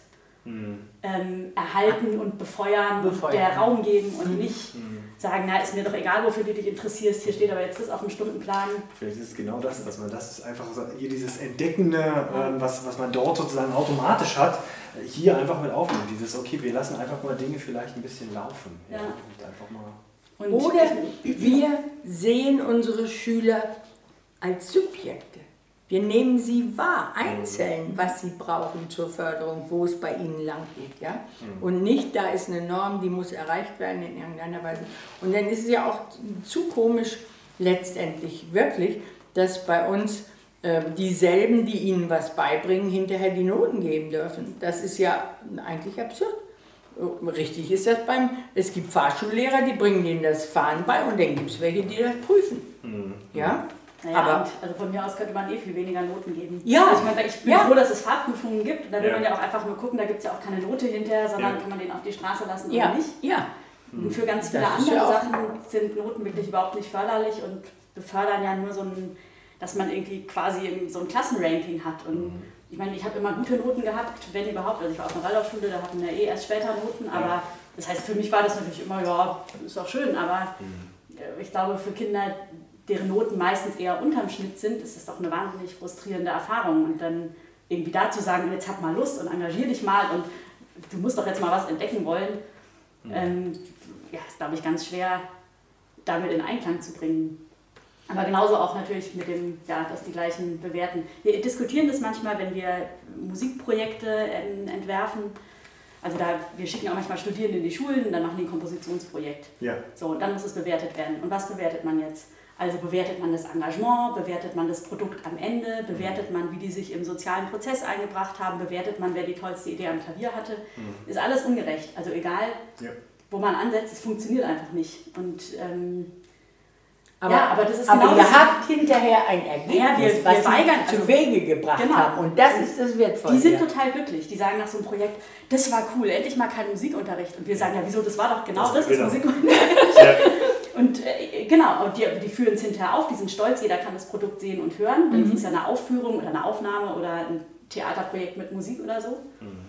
erhalten und befeuern und der Raum geben und nicht sagen, na, ist mir doch egal, wofür du dich interessierst, hier steht aber jetzt das auf dem Stundenplan. Vielleicht ist es genau das, dass man das einfach so, hier dieses Entdeckende, was man dort sozusagen automatisch hat, hier einfach mit aufnimmt. Dieses, okay, wir lassen einfach mal Dinge vielleicht ein bisschen laufen. Ja. Und einfach mal oder wir sehen unsere Schüler als Subjekte. Wir nehmen sie wahr, einzeln, was sie brauchen zur Förderung, wo es bei ihnen lang geht. Ja? Und nicht, da ist eine Norm, die muss erreicht werden in irgendeiner Weise. Und dann ist es ja auch zu komisch letztendlich wirklich, dass bei uns dieselben, die ihnen was beibringen, hinterher die Noten geben dürfen. Das ist ja eigentlich absurd. Richtig ist das es gibt Fahrschullehrer, die bringen denen das Fahren bei und dann gibt es welche, die das prüfen. Ja? Naja, aber also von mir aus könnte man viel weniger Noten geben. Ja. Also ich bin froh, dass es Fahrprüfungen gibt. Und da will man ja auch einfach nur gucken, da gibt es ja auch keine Note hinterher, sondern kann man den auf die Straße lassen oder nicht. Ja. Und für ganz viele andere Sachen sind Noten wirklich überhaupt nicht förderlich und befördern ja nur dass man irgendwie quasi so ein Klassenranking hat. Und ich meine, ich habe immer gute Noten gehabt, wenn überhaupt. Also ich war auf einer Waldorfschule, da hatten wir erst später Noten. Aber das heißt, für mich war das natürlich immer, ja, ist doch schön. Aber ich glaube, für Kinder, deren Noten meistens eher unterm Schnitt sind, ist das doch eine wahnsinnig frustrierende Erfahrung. Und dann irgendwie da zu sagen, jetzt hab mal Lust und engagier dich mal und du musst doch jetzt mal was entdecken wollen, ist, glaube ich, ganz schwer, damit in Einklang zu bringen. Aber genauso auch natürlich mit dem, dass die gleichen bewerten. Wir diskutieren das manchmal, wenn wir Musikprojekte entwerfen. Also wir schicken auch manchmal Studierende in die Schulen und dann machen die ein Kompositionsprojekt. Ja. So, und dann muss es bewertet werden. Und was bewertet man jetzt? Also bewertet man das Engagement, bewertet man das Produkt am Ende, bewertet man, wie die sich im sozialen Prozess eingebracht haben, bewertet man, wer die tollste Idee am Klavier hatte. Ist alles ungerecht. Also egal, wo man ansetzt, es funktioniert einfach nicht. Und aber das ist genau aber ihr habt hinterher ein Ergebnis, was sie zu Wege gebracht haben. Und das ist das Wertvolle. Die sind total glücklich. Die sagen nach so einem Projekt, das war cool, endlich mal kein Musikunterricht. Und wir sagen, ja wieso, das war doch genau das ist Musikunterricht. Und und die führen es hinterher auf, die sind stolz, jeder kann das Produkt sehen und hören. Dann ist es ja eine Aufführung oder eine Aufnahme oder ein Theaterprojekt mit Musik oder so.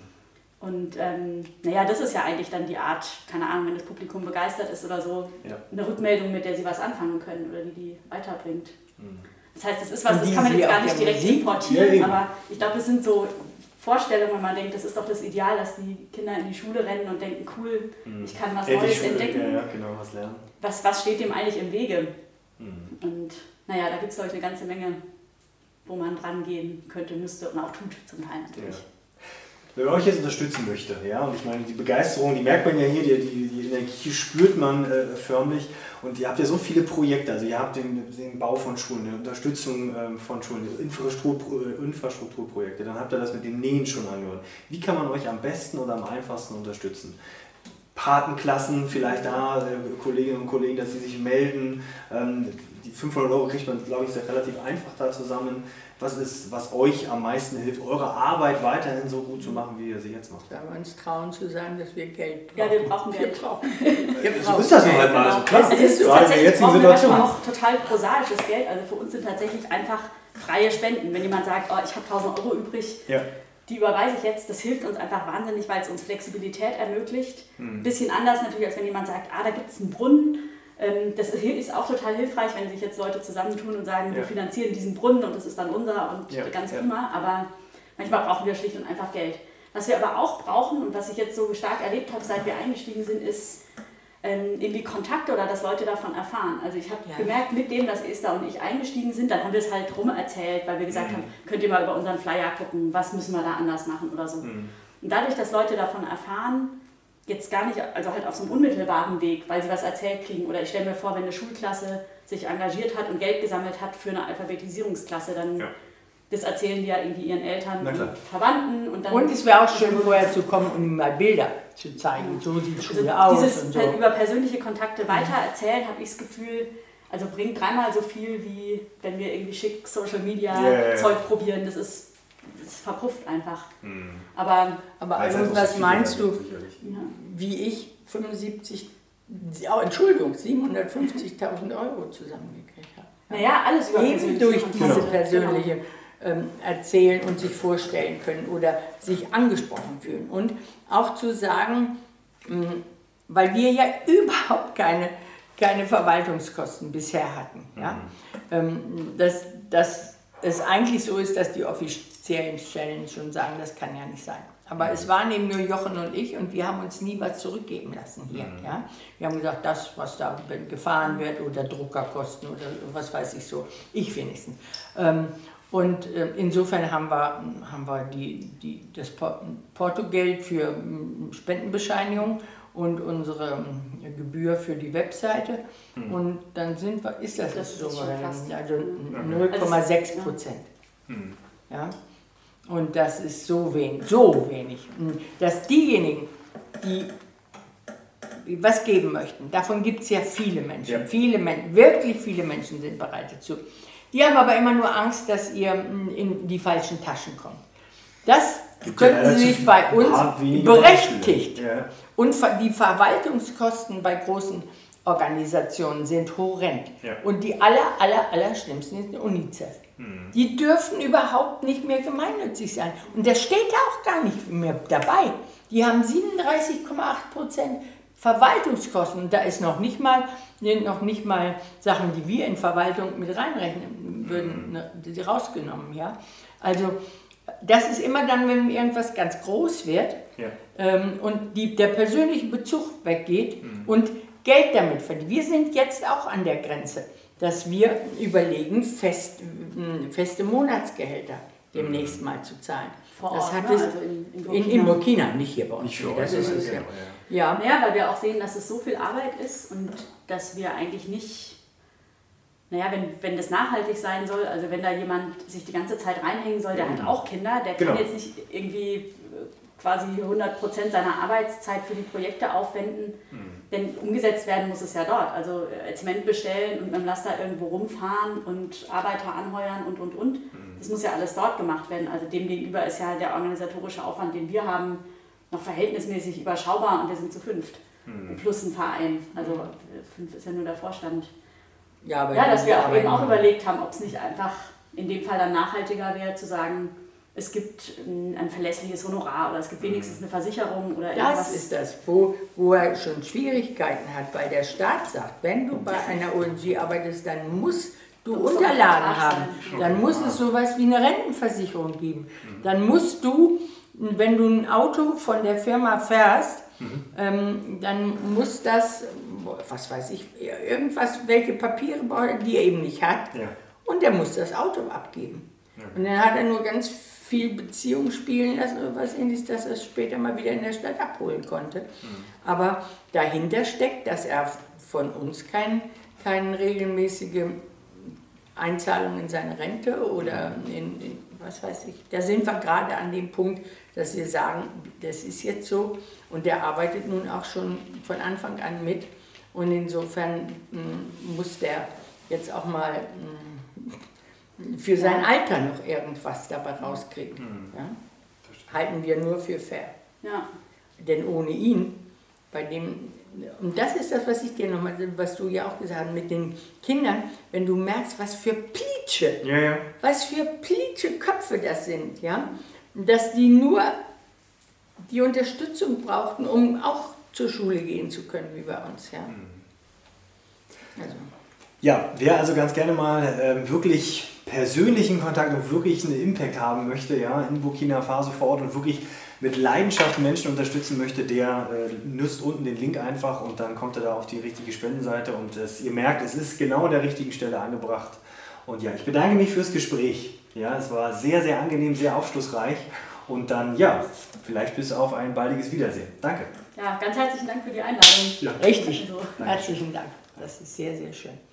Und das ist ja eigentlich dann die Art, keine Ahnung, wenn das Publikum begeistert ist oder so, eine Rückmeldung, mit der sie was anfangen können oder die weiterbringt. Das heißt, das ist was, das kann man jetzt gar nicht direkt importieren, aber ich glaube, das sind so Vorstellungen, wenn man denkt, das ist doch das Ideal, dass die Kinder in die Schule rennen und denken, cool, ich kann was Neues entdecken. Ja, genau, was lernen. Was steht dem eigentlich im Wege? Und da gibt es, glaube ich, eine ganze Menge, wo man dran gehen könnte, müsste und auch tut zum Teil natürlich. Ja. Wenn man euch jetzt unterstützen möchte, und ich meine, die Begeisterung, die merkt man ja hier, die Energie spürt man förmlich und ihr habt ja so viele Projekte, also ihr habt den Bau von Schulen, die Unterstützung von Schulen, Infrastrukturprojekte, dann habt ihr das mit dem Nähen schon angehört. Wie kann man euch am besten oder am einfachsten unterstützen? Patenklassen, vielleicht Kolleginnen und Kollegen, dass sie sich melden, die 500 € kriegt man, glaube ich, relativ einfach da zusammen. Was ist, was euch am meisten hilft, eure Arbeit weiterhin so gut zu machen, wie ihr sie jetzt macht? Da wir uns trauen zu sagen, dass wir Geld brauchen. Ja, wir brauchen Geld. So ist das nun halt mal. Also klar, das ist tatsächlich auch total prosaisches Geld. Also für uns sind tatsächlich einfach freie Spenden. Wenn jemand sagt, ich habe 1.000 € übrig, die überweise ich jetzt, das hilft uns einfach wahnsinnig, weil es uns Flexibilität ermöglicht. Ein bisschen anders natürlich, als wenn jemand sagt, da gibt es einen Brunnen. Das ist auch total hilfreich, wenn sich jetzt Leute zusammentun und sagen, wir finanzieren diesen Brunnen und das ist dann unser und ganz prima. Aber manchmal brauchen wir schlicht und einfach Geld. Was wir aber auch brauchen und was ich jetzt so stark erlebt habe, seit wir eingestiegen sind, ist irgendwie Kontakte oder dass Leute davon erfahren. Also ich habe gemerkt, mit dem, dass Esther und ich eingestiegen sind, dann haben wir es halt rum erzählt, weil wir gesagt haben, könnt ihr mal über unseren Flyer gucken, was müssen wir da anders machen oder so. Und dadurch, dass Leute davon erfahren, jetzt gar nicht, also halt auf so einem unmittelbaren Weg, weil sie was erzählt kriegen. Oder ich stelle mir vor, wenn eine Schulklasse sich engagiert hat und Geld gesammelt hat für eine Alphabetisierungsklasse, dann das erzählen die ja irgendwie ihren Eltern und Verwandten. Und es wäre auch schön, vorher zu kommen und ihnen mal Bilder zu zeigen. So sieht Schule aus. Dieses und so. über persönliche Kontakte weiter erzählen, habe ich das Gefühl, also bringt dreimal so viel, wie wenn wir irgendwie schick Social Media Zeug probieren. Das verpufft einfach. Aber also, was meinst du, wie ich 750.000 Euro zusammengekriegt habe? Naja, alles über eben durch diese persönliche erzählen und sich vorstellen können oder sich angesprochen fühlen. Und auch zu sagen, weil wir ja überhaupt keine Verwaltungskosten bisher hatten, dass es eigentlich so ist, dass die offiziellen Stellen schon sagen, das kann ja nicht sein. Aber es waren eben nur Jochen und ich und wir haben uns nie was zurückgeben lassen hier. Ja? Wir haben gesagt, das, was da gefahren wird oder Druckerkosten oder was weiß ich so, ich wenigstens. Und insofern haben wir das Portogeld für Spendenbescheinigung und unsere Gebühr für die Webseite. Und dann ist das so, also 0,6%. Ja? Und das ist so wenig, dass diejenigen, die was geben möchten, davon gibt es ja viele Menschen, wirklich viele Menschen sind bereit dazu. Die haben aber immer nur Angst, dass ihr in die falschen Taschen kommt. Das könnten sie sich bei uns berechtigt. Und die Verwaltungskosten bei großen Organisationen sind horrend. Und die aller schlimmsten ist die UNICEF. Die dürfen überhaupt nicht mehr gemeinnützig sein. Und das steht da auch gar nicht mehr dabei. Die haben 37,8% Verwaltungskosten. Und da ist noch nicht mal Sachen, die wir in Verwaltung mit reinrechnen würden, die rausgenommen. Ja? Also das ist immer dann, wenn irgendwas ganz groß wird und der persönliche Bezug weggeht und Geld damit verdient. Wir sind jetzt auch an der Grenze, dass wir überlegen, feste Monatsgehälter demnächst mal zu zahlen. Vor Ort, das hat es in Burkina, nicht hier bei uns. Nicht für uns, weil wir auch sehen, dass es so viel Arbeit ist und dass wir eigentlich nicht, wenn das nachhaltig sein soll, also wenn da jemand sich die ganze Zeit reinhängen soll, der hat auch Kinder, der kann jetzt nicht irgendwie quasi 100% seiner Arbeitszeit für die Projekte aufwenden, denn umgesetzt werden muss es ja dort. Also Zement bestellen und mit dem Laster irgendwo rumfahren und Arbeiter anheuern und. Das muss ja alles dort gemacht werden. Also demgegenüber ist ja der organisatorische Aufwand, den wir haben, noch verhältnismäßig überschaubar und wir sind zu 5. Plus ein Verein. Also 5 ist ja nur der Vorstand. Dass wir auch eben auch überlegt haben, ob es nicht einfach in dem Fall dann nachhaltiger wäre, zu sagen, es gibt ein verlässliches Honorar oder es gibt wenigstens eine Versicherung oder irgendwas. Das ist das, wo er schon Schwierigkeiten hat, weil der Staat sagt, wenn du bei einer ONG arbeitest, dann musst du Unterlagen haben. Dann muss es sowas wie eine Rentenversicherung geben. Dann musst du, wenn du ein Auto von der Firma fährst, dann muss das, was weiß ich, irgendwas, welche Papiere die er eben nicht hat. Und der muss das Auto abgeben. Und dann hat er nur ganz viel Beziehung spielen lassen oder was ähnliches, dass er es später mal wieder in der Stadt abholen konnte. Aber dahinter steckt, dass er von uns keine regelmäßige Einzahlung in seine Rente oder in was weiß ich. Da sind wir gerade an dem Punkt, dass wir sagen, das ist jetzt so und der arbeitet nun auch schon von Anfang an mit und insofern muss der jetzt auch mal für sein Alter noch irgendwas dabei rauskriegen. Ja? Halten wir nur für fair. Denn ohne ihn, und das ist das, was ich dir nochmal, was du ja auch gesagt hast, mit den Kindern, wenn du merkst, was für was für Köpfe das sind, ja, dass die nur die Unterstützung brauchten, um auch zur Schule gehen zu können, wie bei uns, ja. Also. Ja, wer also ganz gerne mal wirklich persönlichen Kontakt und wirklich einen Impact haben möchte, ja, in Burkina Faso vor Ort und wirklich mit Leidenschaft Menschen unterstützen möchte, der nutzt unten den Link einfach und dann kommt er da auf die richtige Spendenseite und ihr merkt, es ist genau an der richtigen Stelle angebracht. Und ja, ich bedanke mich fürs Gespräch. Ja, es war sehr, sehr angenehm, sehr aufschlussreich Und dann, ja, vielleicht bis auf ein baldiges Wiedersehen. Danke. Ja, ganz herzlichen Dank für die Einladung. Ja. Richtig, also, herzlichen Dank. Das ist sehr, sehr schön.